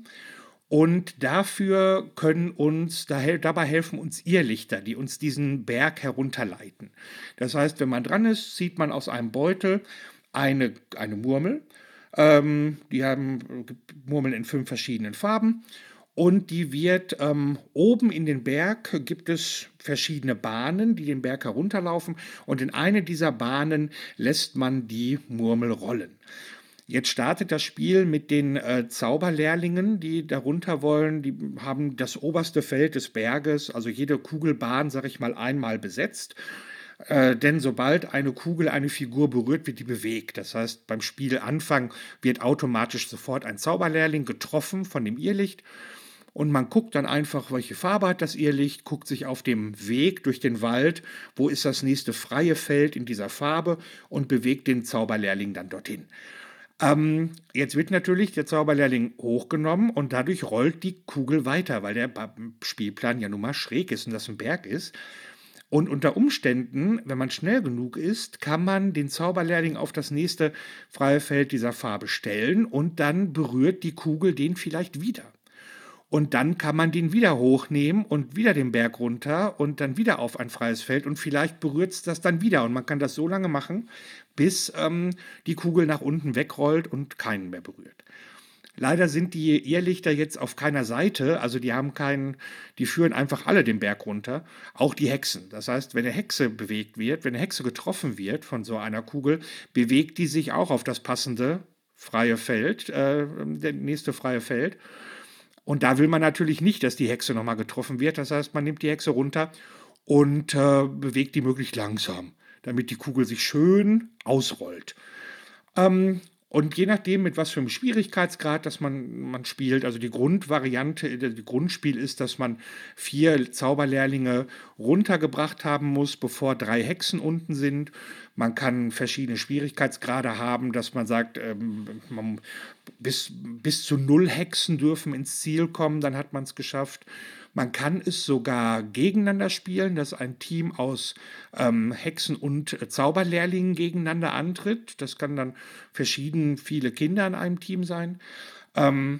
Und dafür können uns, dabei helfen uns Irrlichter, die uns diesen Berg herunterleiten. Das heißt, wenn man dran ist, zieht man aus einem Beutel eine, eine Murmel. Ähm, die haben Murmeln in fünf verschiedenen Farben. Und die wird ähm, oben in den Berg, gibt es verschiedene Bahnen, die den Berg herunterlaufen. Und in eine dieser Bahnen lässt man die Murmel rollen. Jetzt startet das Spiel mit den äh, Zauberlehrlingen, die darunter wollen. Die haben das oberste Feld des Berges, also jede Kugelbahn, sag ich mal, einmal besetzt. Äh, denn sobald eine Kugel eine Figur berührt, wird die bewegt. Das heißt, beim Spielanfang wird automatisch sofort ein Zauberlehrling getroffen von dem Irrlicht. Und man guckt dann einfach, welche Farbe hat das Irrlicht, guckt sich auf dem Weg durch den Wald, wo ist das nächste freie Feld in dieser Farbe und bewegt den Zauberlehrling dann dorthin. Ähm, jetzt wird natürlich der Zauberlehrling hochgenommen und dadurch rollt die Kugel weiter, weil der Spielplan ja nun mal schräg ist und das ein Berg ist. Und unter Umständen, wenn man schnell genug ist, kann man den Zauberlehrling auf das nächste freie Feld dieser Farbe stellen und dann berührt die Kugel den vielleicht wieder. Und dann kann man den wieder hochnehmen und wieder den Berg runter und dann wieder auf ein freies Feld und vielleicht berührt es das dann wieder. Und man kann das so lange machen, bis ähm, die Kugel nach unten wegrollt und keinen mehr berührt. Leider sind die Irrlichter jetzt auf keiner Seite, also die haben keinen, die führen einfach alle den Berg runter, auch die Hexen. Das heißt, wenn eine Hexe bewegt wird, wenn eine Hexe getroffen wird von so einer Kugel, bewegt die sich auch auf das passende freie Feld, äh, der nächste freie Feld. Und da will man natürlich nicht, dass die Hexe nochmal getroffen wird. Das heißt, man nimmt die Hexe runter und äh, bewegt die möglichst langsam, damit die Kugel sich schön ausrollt. Ähm, und je nachdem, mit was für einem Schwierigkeitsgrad das man, man spielt, also die Grundvariante, das Grundspiel ist, dass man vier Zauberlehrlinge runtergebracht haben muss, bevor drei Hexen unten sind. Man kann verschiedene Schwierigkeitsgrade haben, dass man sagt, ähm, man, bis, bis zu null Hexen dürfen ins Ziel kommen, dann hat man es geschafft. Man kann es sogar gegeneinander spielen, dass ein Team aus ähm, Hexen und äh, Zauberlehrlingen gegeneinander antritt. Das kann dann verschieden viele Kinder in einem Team sein. Ähm,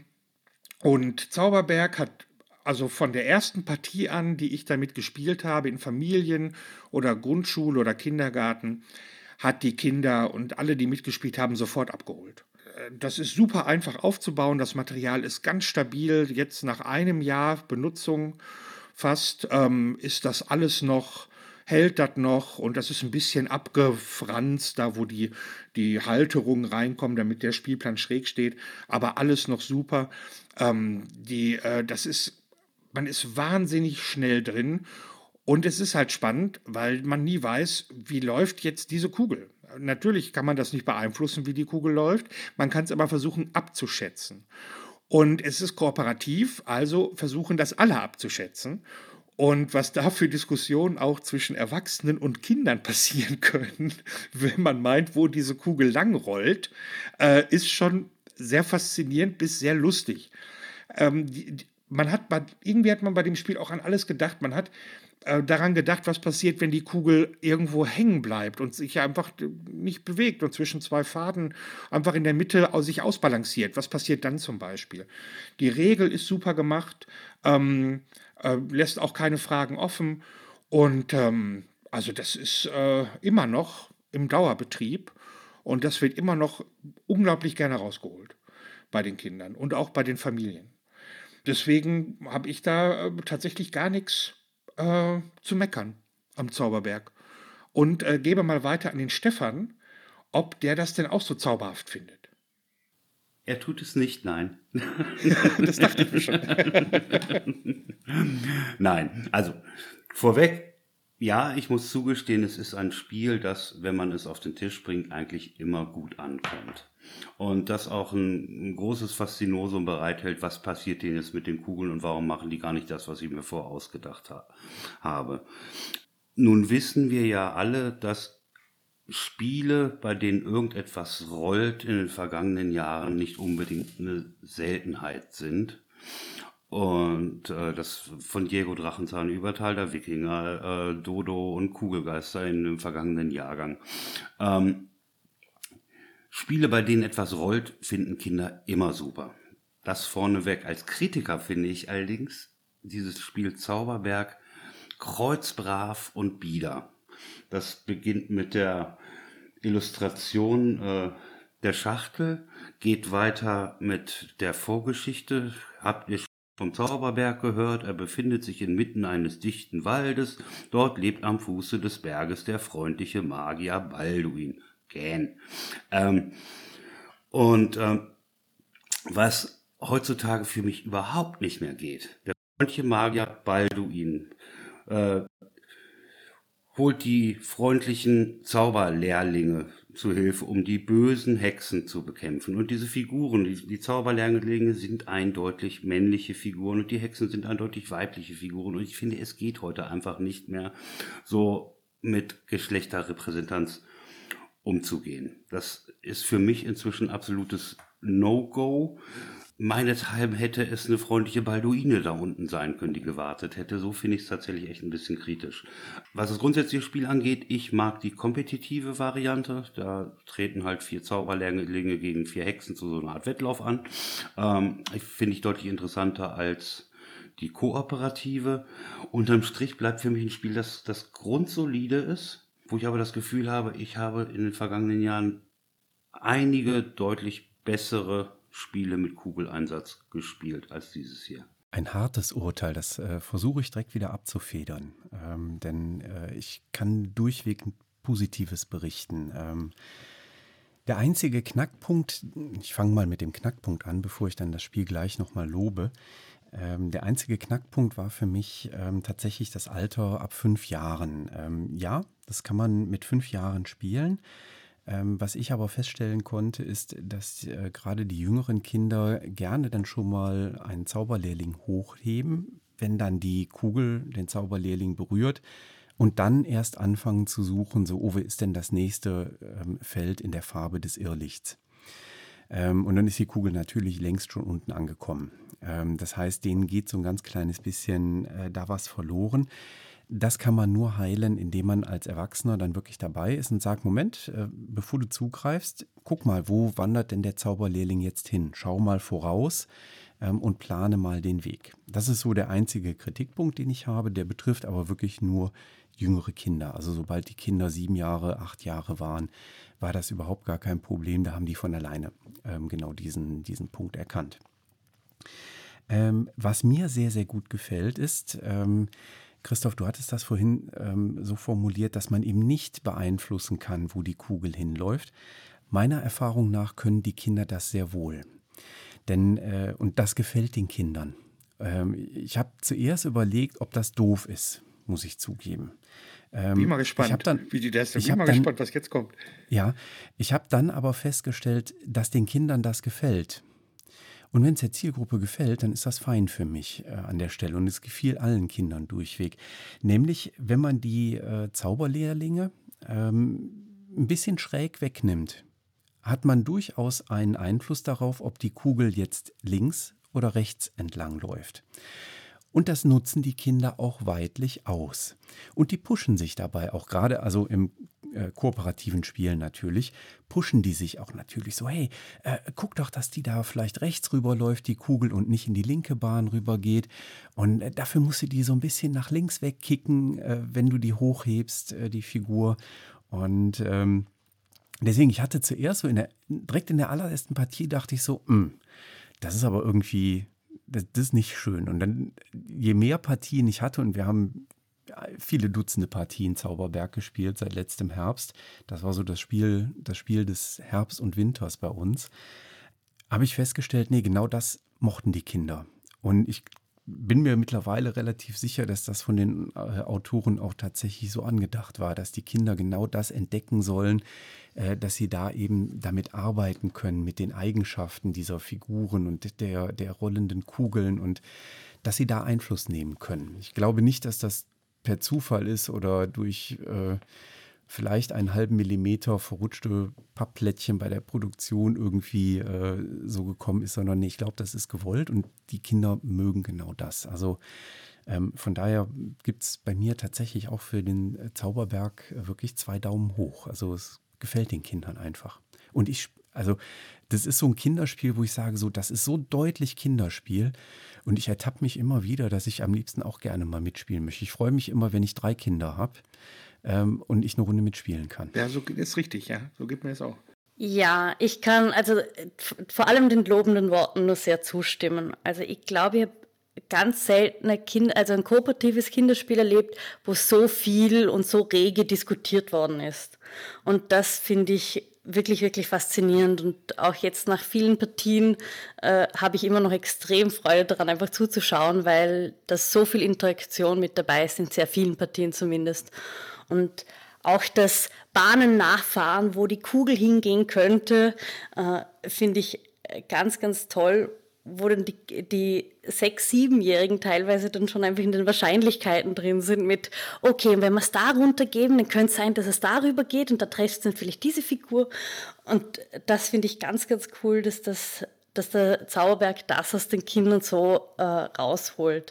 und Zauberberg hat also von der ersten Partie an, die ich damit gespielt habe, in Familien oder Grundschule oder Kindergarten, hat die Kinder und alle, die mitgespielt haben, sofort abgeholt. Das ist super einfach aufzubauen. Das Material ist ganz stabil. Jetzt nach einem Jahr Benutzung fast ähm, ist das alles noch, hält das noch und das ist ein bisschen abgefranst, da wo die, die Halterungen reinkommen, damit der Spielplan schräg steht. Aber alles noch super. Ähm, die, äh, das ist, man ist wahnsinnig schnell drin. Und es ist halt spannend, weil man nie weiß, wie läuft jetzt diese Kugel. Natürlich kann man das nicht beeinflussen, wie die Kugel läuft. Man kann es aber versuchen abzuschätzen. Und es ist kooperativ, also versuchen das alle abzuschätzen. Und was da für Diskussionen auch zwischen Erwachsenen und Kindern passieren können, wenn man meint, wo diese Kugel lang rollt, äh, ist schon sehr faszinierend bis sehr lustig. Ähm, die, die, man hat, irgendwie hat man bei dem Spiel auch an alles gedacht. Man hat daran gedacht, was passiert, wenn die Kugel irgendwo hängen bleibt und sich einfach nicht bewegt und zwischen zwei Faden einfach in der Mitte sich ausbalanciert. Was passiert dann zum Beispiel? Die Regel ist super gemacht, ähm, äh, lässt auch keine Fragen offen und ähm, also das ist äh, immer noch im Dauerbetrieb und das wird immer noch unglaublich gerne rausgeholt bei den Kindern und auch bei den Familien. Deswegen habe ich da äh, tatsächlich gar nichts Äh, zu meckern am Zauberberg. Und äh, gebe mal weiter an den Stefan, ob der das denn auch so zauberhaft findet. Er tut es nicht, nein. Das dachte ich mir schon. Nein, also vorweg, ja, ich muss zugestehen, es ist ein Spiel, das, wenn man es auf den Tisch bringt, eigentlich immer gut ankommt. Und das auch ein, ein großes Faszinosum bereithält, was passiert denen jetzt mit den Kugeln und warum machen die gar nicht das, was ich mir vorausgedacht ha- habe. Nun wissen wir ja alle, dass Spiele, bei denen irgendetwas rollt, in den vergangenen Jahren nicht unbedingt eine Seltenheit sind. Und äh, das von Diego Drachenzahn, Übertal der Wikinger, äh, Dodo und Kugelgeister in dem vergangenen Jahrgang. Ähm, Spiele, bei denen etwas rollt, finden Kinder immer super. Das vorneweg. Als Kritiker finde ich allerdings dieses Spiel Zauberberg kreuzbrav und bieder. Das beginnt mit der Illustration äh, der Schachtel, geht weiter mit der Vorgeschichte. Habt ihr vom Zauberberg gehört? Er befindet sich inmitten eines dichten Waldes. Dort lebt am Fuße des Berges der freundliche Magier Balduin. Gähn. Ähm, und ähm, was heutzutage für mich überhaupt nicht mehr geht. Der freundliche Magier Balduin äh, holt die freundlichen Zauberlehrlinge zu Hilfe, um die bösen Hexen zu bekämpfen. Und diese Figuren, die, die Zauberlehrlinge sind eindeutig männliche Figuren und die Hexen sind eindeutig weibliche Figuren. Und ich finde, es geht heute einfach nicht mehr so mit Geschlechterrepräsentanz umzugehen. Das ist für mich inzwischen absolutes No-Go. Meinethalben hätte es eine freundliche Balduine da unten sein können, die gewartet hätte. So finde ich es tatsächlich echt ein bisschen kritisch. Was das grundsätzliche Spiel angeht, ich mag die kompetitive Variante. Da treten halt vier Zauberlehrlinge gegen vier Hexen zu so einer Art Wettlauf an. Ähm, ich finde ich deutlich interessanter als die kooperative. Unterm Strich bleibt für mich ein Spiel, das, das grundsolide ist, wo ich aber das Gefühl habe, ich habe in den vergangenen Jahren einige deutlich bessere Spiele mit Kugeleinsatz gespielt als dieses hier. Ein hartes Urteil, das äh, versuche ich direkt wieder abzufedern, ähm, denn äh, ich kann durchweg Positives berichten. Ähm, der einzige Knackpunkt, ich fange mal mit dem Knackpunkt an, bevor ich dann das Spiel gleich nochmal lobe. Ähm, der einzige Knackpunkt war für mich ähm, tatsächlich das Alter ab fünf Jahren. Ähm, ja, das kann man mit fünf Jahren spielen. Ähm, was ich aber feststellen konnte, ist, dass äh, gerade die jüngeren Kinder gerne dann schon mal einen Zauberlehrling hochheben, wenn dann die Kugel den Zauberlehrling berührt und dann erst anfangen zu suchen, so, oh, wo ist denn das nächste ähm, Feld in der Farbe des Irrlichts? Ähm, und dann ist die Kugel natürlich längst schon unten angekommen. Ähm, das heißt, denen geht so ein ganz kleines bisschen äh, da was verloren. Das kann man nur heilen, indem man als Erwachsener dann wirklich dabei ist und sagt, Moment, äh, bevor du zugreifst, guck mal, wo wandert denn der Zauberlehrling jetzt hin? Schau mal voraus ähm, und plane mal den Weg. Das ist so der einzige Kritikpunkt, den ich habe. Der betrifft aber wirklich nur jüngere Kinder. Also sobald die Kinder sieben Jahre, acht Jahre waren, war das überhaupt gar kein Problem. Da haben die von alleine ähm, genau diesen, diesen Punkt erkannt. Ähm, was mir sehr, sehr gut gefällt, ist, ähm, Christoph, du hattest das vorhin ähm, so formuliert, dass man eben nicht beeinflussen kann, wo die Kugel hinläuft. Meiner Erfahrung nach können die Kinder das sehr wohl. Denn, äh, und das gefällt den Kindern. Ähm, ich habe zuerst überlegt, ob das doof ist, muss ich zugeben. Ähm, Bin mal gespannt, ich hab dann, wie die das sind. ich Bin mal hab dann, gespannt, was jetzt kommt. Ja, ich habe dann aber festgestellt, dass den Kindern das gefällt. Und wenn es der Zielgruppe gefällt, dann ist das fein für mich äh, an der Stelle. Und es gefiel allen Kindern durchweg. Nämlich, wenn man die äh, Zauberlehrlinge ähm, ein bisschen schräg wegnimmt, hat man durchaus einen Einfluss darauf, ob die Kugel jetzt links oder rechts entlang läuft. Und das nutzen die Kinder auch weidlich aus. Und die pushen sich dabei auch gerade, also im äh, kooperativen Spielen natürlich, pushen die sich auch natürlich so, hey, äh, guck doch, dass die da vielleicht rechts rüberläuft, die Kugel, und nicht in die linke Bahn rübergeht. Und äh, dafür musst du die so ein bisschen nach links wegkicken, äh, wenn du die hochhebst, äh, die Figur. Und ähm, deswegen, ich hatte zuerst so in der, direkt in der allerersten Partie dachte ich so, mh, das ist aber irgendwie... Das, das ist nicht schön. Und dann, je mehr Partien ich hatte, und wir haben viele Dutzende Partien Zauberberg gespielt seit letztem Herbst, das war so das Spiel, das Spiel des Herbst und Winters bei uns, habe ich festgestellt, nee, genau das mochten die Kinder. Und ich bin mir mittlerweile relativ sicher, dass das von den äh, Autoren auch tatsächlich so angedacht war, dass die Kinder genau das entdecken sollen, äh, dass sie da eben damit arbeiten können, mit den Eigenschaften dieser Figuren und der, der rollenden Kugeln, und dass sie da Einfluss nehmen können. Ich glaube nicht, dass das per Zufall ist oder durch äh, vielleicht einen halben Millimeter verrutschte Pappplättchen bei der Produktion irgendwie äh, so gekommen ist, sondern nee, ich glaube, das ist gewollt und die Kinder mögen genau das. Also ähm, von daher gibt es bei mir tatsächlich auch für den Zauberberg wirklich zwei Daumen hoch. Also es gefällt den Kindern einfach. Und ich Also das ist so ein Kinderspiel, wo ich sage, so, das ist so deutlich Kinderspiel. Und ich ertappe mich immer wieder, dass ich am liebsten auch gerne mal mitspielen möchte. Ich freue mich immer, wenn ich drei Kinder habe ähm, und ich eine Runde mitspielen kann. Ja, so ist richtig, ja. So geht mir das auch. Ja, ich kann also f- vor allem den lobenden Worten nur sehr zustimmen. Also ich glaube, ich habe ganz selten ein Kind, also ein kooperatives Kinderspiel erlebt, wo so viel und so rege diskutiert worden ist. Und das finde ich wirklich, wirklich faszinierend. Und auch jetzt nach vielen Partien äh, habe ich immer noch extrem Freude daran, einfach zuzuschauen, weil da so viel Interaktion mit dabei ist, in sehr vielen Partien zumindest. Und auch das Bahnen nachfahren, wo die Kugel hingehen könnte, äh, finde ich ganz, ganz toll, wo dann die, die sechs-, siebenjährigen teilweise dann schon einfach in den Wahrscheinlichkeiten drin sind mit, okay, und wenn wir es da runtergeben, dann könnte es sein, dass es darüber geht und da trifft es dann vielleicht diese Figur. Und das finde ich ganz, ganz cool, dass, das, dass der Zauberberg das aus den Kindern so äh, rausholt.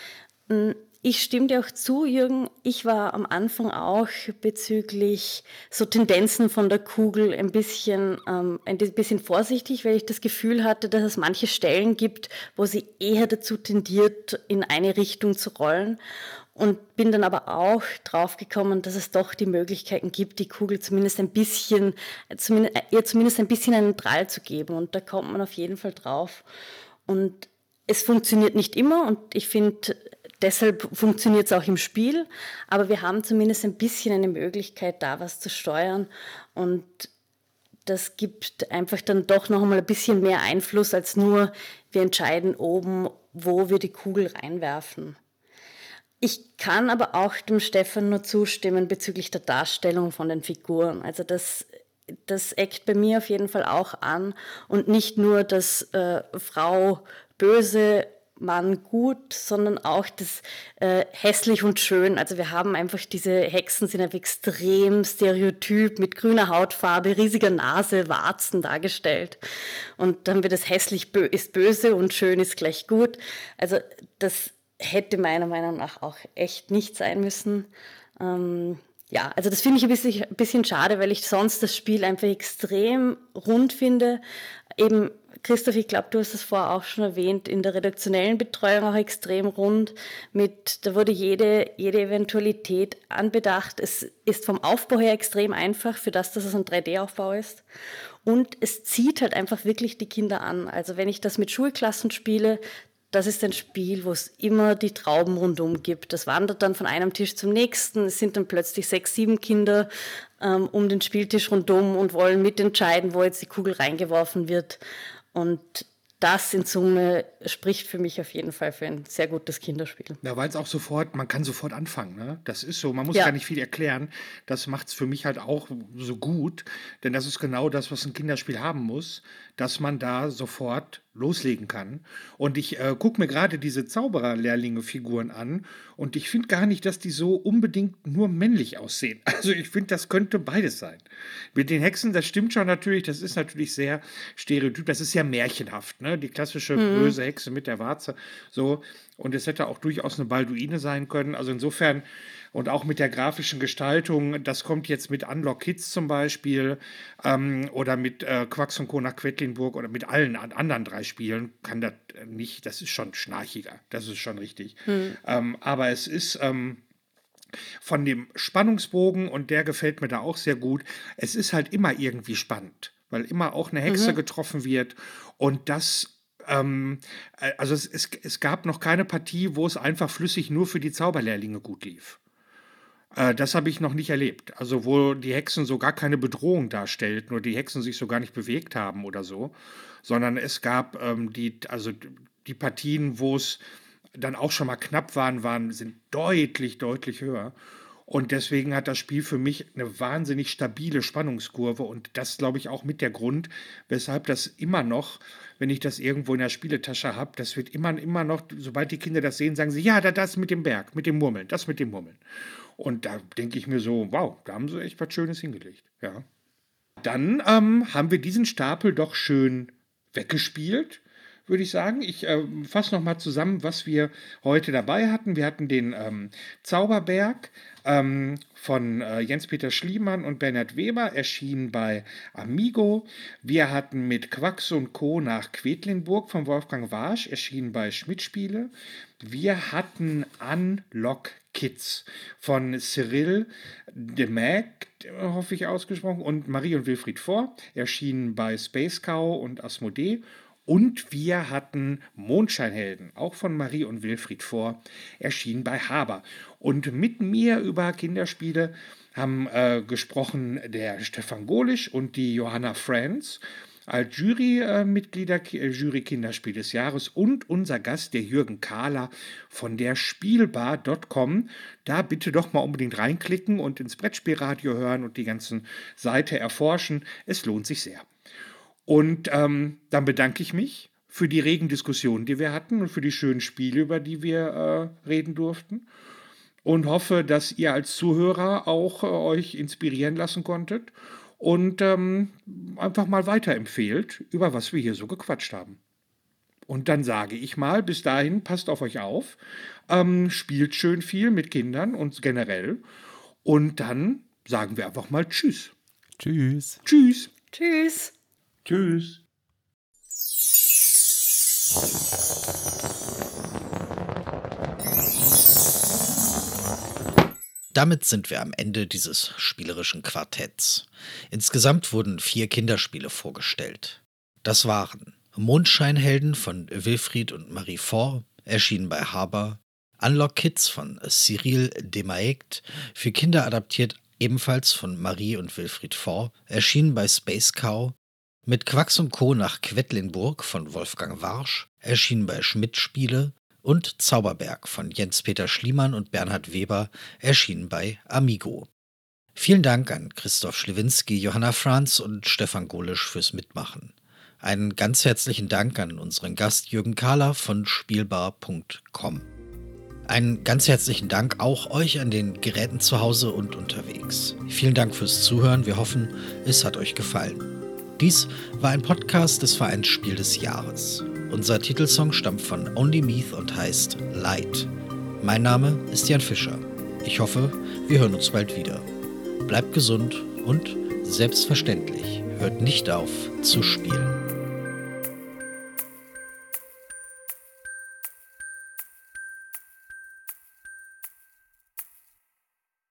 Ich stimme dir auch zu, Jürgen. Ich war am Anfang auch bezüglich so Tendenzen von der Kugel ein bisschen, ähm, ein bisschen vorsichtig, weil ich das Gefühl hatte, dass es manche Stellen gibt, wo sie eher dazu tendiert, in eine Richtung zu rollen. Und bin dann aber auch drauf gekommen, dass es doch die Möglichkeiten gibt, die Kugel zumindest ein bisschen, zumindest, ihr zumindest ein bisschen einen Drall zu geben. Und da kommt man auf jeden Fall drauf. Und es funktioniert nicht immer und ich finde, deshalb funktioniert es auch im Spiel, aber wir haben zumindest ein bisschen eine Möglichkeit, da was zu steuern und das gibt einfach dann doch noch einmal ein bisschen mehr Einfluss als nur, wir entscheiden oben, wo wir die Kugel reinwerfen. Ich kann aber auch dem Stefan nur zustimmen bezüglich der Darstellung von den Figuren. Also das, das eckt bei mir auf jeden Fall auch an und nicht nur, dass äh, Frau böse, Mann gut, sondern auch das äh, hässlich und schön. Also wir haben einfach diese Hexen sind einfach extrem stereotyp mit grüner Hautfarbe, riesiger Nase, Warzen dargestellt. Und dann wird das hässlich bö- ist böse und schön ist gleich gut. Also das hätte meiner Meinung nach auch echt nicht sein müssen. Ähm, ja, also das finde ich ein bisschen, ein bisschen schade, weil ich sonst das Spiel einfach extrem rund finde. Eben, Christoph, ich glaube, du hast es vorher auch schon erwähnt, in der redaktionellen Betreuung auch extrem rund. Mit, da wurde jede, jede Eventualität anbedacht. Es ist vom Aufbau her extrem einfach, für das, dass es ein drei D-Aufbau ist. Und es zieht halt einfach wirklich die Kinder an. Also wenn ich das mit Schulklassen spiele, das ist ein Spiel, wo es immer die Trauben rundum gibt. Das wandert dann von einem Tisch zum nächsten. Es sind dann plötzlich sechs, sieben Kinder ähm, um den Spieltisch rundum und wollen mitentscheiden, wo jetzt die Kugel reingeworfen wird. Und das in Summe spricht für mich auf jeden Fall für ein sehr gutes Kinderspiel. Ja, weil es auch sofort, man kann sofort anfangen. Ne? Das ist so, man muss Ja. gar nicht viel erklären. Das macht es für mich halt auch so gut, denn das ist genau das, was ein Kinderspiel haben muss, dass man da sofort loslegen kann. Und ich äh, gucke mir gerade diese Zaubererlehrlinge-Figuren an und ich finde gar nicht, dass die so unbedingt nur männlich aussehen. Also ich finde, das könnte beides sein. Mit den Hexen, das stimmt schon natürlich, das ist natürlich sehr stereotyp, das ist ja märchenhaft, ne? Die klassische böse Hexe mit der Warze, so. Und es hätte auch durchaus eine Balduine sein können. Also insofern, und auch mit der grafischen Gestaltung, das kommt jetzt mit Unlock Kids zum Beispiel ähm, oder mit äh, Quacks und Co. nach Quedlinburg oder mit allen an, anderen drei Spielen, kann das nicht, das ist schon schnarchiger, das ist schon richtig. Ähm, aber es ist ähm, von dem Spannungsbogen, und der gefällt mir da auch sehr gut, es ist halt immer irgendwie spannend, weil immer auch eine Hexe getroffen wird und das ähm, äh, also es, es, es gab noch keine Partie, wo es einfach flüssig nur für die Zauberlehrlinge gut lief. Äh, das habe ich noch nicht erlebt. Also wo die Hexen so gar keine Bedrohung darstellten oder die Hexen sich so gar nicht bewegt haben oder so, sondern es gab ähm, die, also die Partien, wo es dann auch schon mal knapp waren, waren, sind deutlich, deutlich höher. Und deswegen hat das Spiel für mich eine wahnsinnig stabile Spannungskurve. Und das, glaube ich, auch mit der Grund, weshalb das immer noch, wenn ich das irgendwo in der Spieletasche habe, das wird immer, immer noch, sobald die Kinder das sehen, sagen sie, ja, da das mit dem Berg, mit dem Murmeln, das mit dem Murmeln. Und da denke ich mir so, wow, da haben sie echt was Schönes hingelegt. Ja. Dann ähm, haben wir diesen Stapel doch schön weggespielt. würde ich sagen. Ich äh, fasse nochmal zusammen, was wir heute dabei hatten. Wir hatten den ähm, Zauberberg ähm, von äh, Jens-Peter Schliemann und Bernhard Weber, erschienen bei Amigo. Wir hatten mit Quax und Co. nach Quedlinburg von Wolfgang Warsch, erschienen bei Schmidt Spiele. Wir hatten Unlock Kids von Cyril de Mac, hoffe ich ausgesprochen, und Marie und Wilfried Vor, erschienen bei Space Cow und Asmodee. Und wir hatten Mondscheinhelden, auch von Marie und Wilfried Vor, erschienen bei Haber. Und mit mir über Kinderspiele haben äh, gesprochen der Stefan Golisch und die Johanna Franz als Jurymitglieder, äh, Jury Kinderspiel des Jahres, und unser Gast, der Jürgen Kahler von der Spielbar Punkt com. Da bitte doch mal unbedingt reinklicken und ins Brettspielradio hören und die ganzen Seite erforschen. Es lohnt sich sehr. Und ähm, dann bedanke ich mich für die regen Diskussionen, die wir hatten und für die schönen Spiele, über die wir äh, reden durften. Und hoffe, dass ihr als Zuhörer auch äh, euch inspirieren lassen konntet und ähm, einfach mal weiterempfehlt, über was wir hier so gequatscht haben. Und dann sage ich mal, bis dahin, passt auf euch auf, ähm, spielt schön viel mit Kindern und generell. Und dann sagen wir einfach mal Tschüss. Tschüss. Tschüss. Tschüss. Tschüss. Damit sind wir am Ende dieses spielerischen Quartetts. Insgesamt wurden vier Kinderspiele vorgestellt. Das waren Mondscheinhelden von Wilfried und Marie Vor, erschienen bei Haber, Unlock Kids von Cyril de Maegt, für Kinder adaptiert ebenfalls von Marie und Wilfried Vor, erschienen bei Space Cow, mit Quax und Co. nach Quedlinburg von Wolfgang Warsch, erschienen bei Schmidt Spiele, und Zauberberg von Jens-Peter Schliemann und Bernhard Weber, erschienen bei Amigo. Vielen Dank an Christoph Schlewinski, Johanna Franz und Stefan Golisch fürs Mitmachen. Einen ganz herzlichen Dank an unseren Gast Jürgen Kahler von Spielbar Punkt com. Einen ganz herzlichen Dank auch euch an den Geräten zu Hause und unterwegs. Vielen Dank fürs Zuhören. Wir hoffen, es hat euch gefallen. Dies war ein Podcast des Vereins Spiel des Jahres. Unser Titelsong stammt von Only Meath und heißt Light. Mein Name ist Jan Fischer. Ich hoffe, wir hören uns bald wieder. Bleibt gesund und selbstverständlich hört nicht auf zu spielen.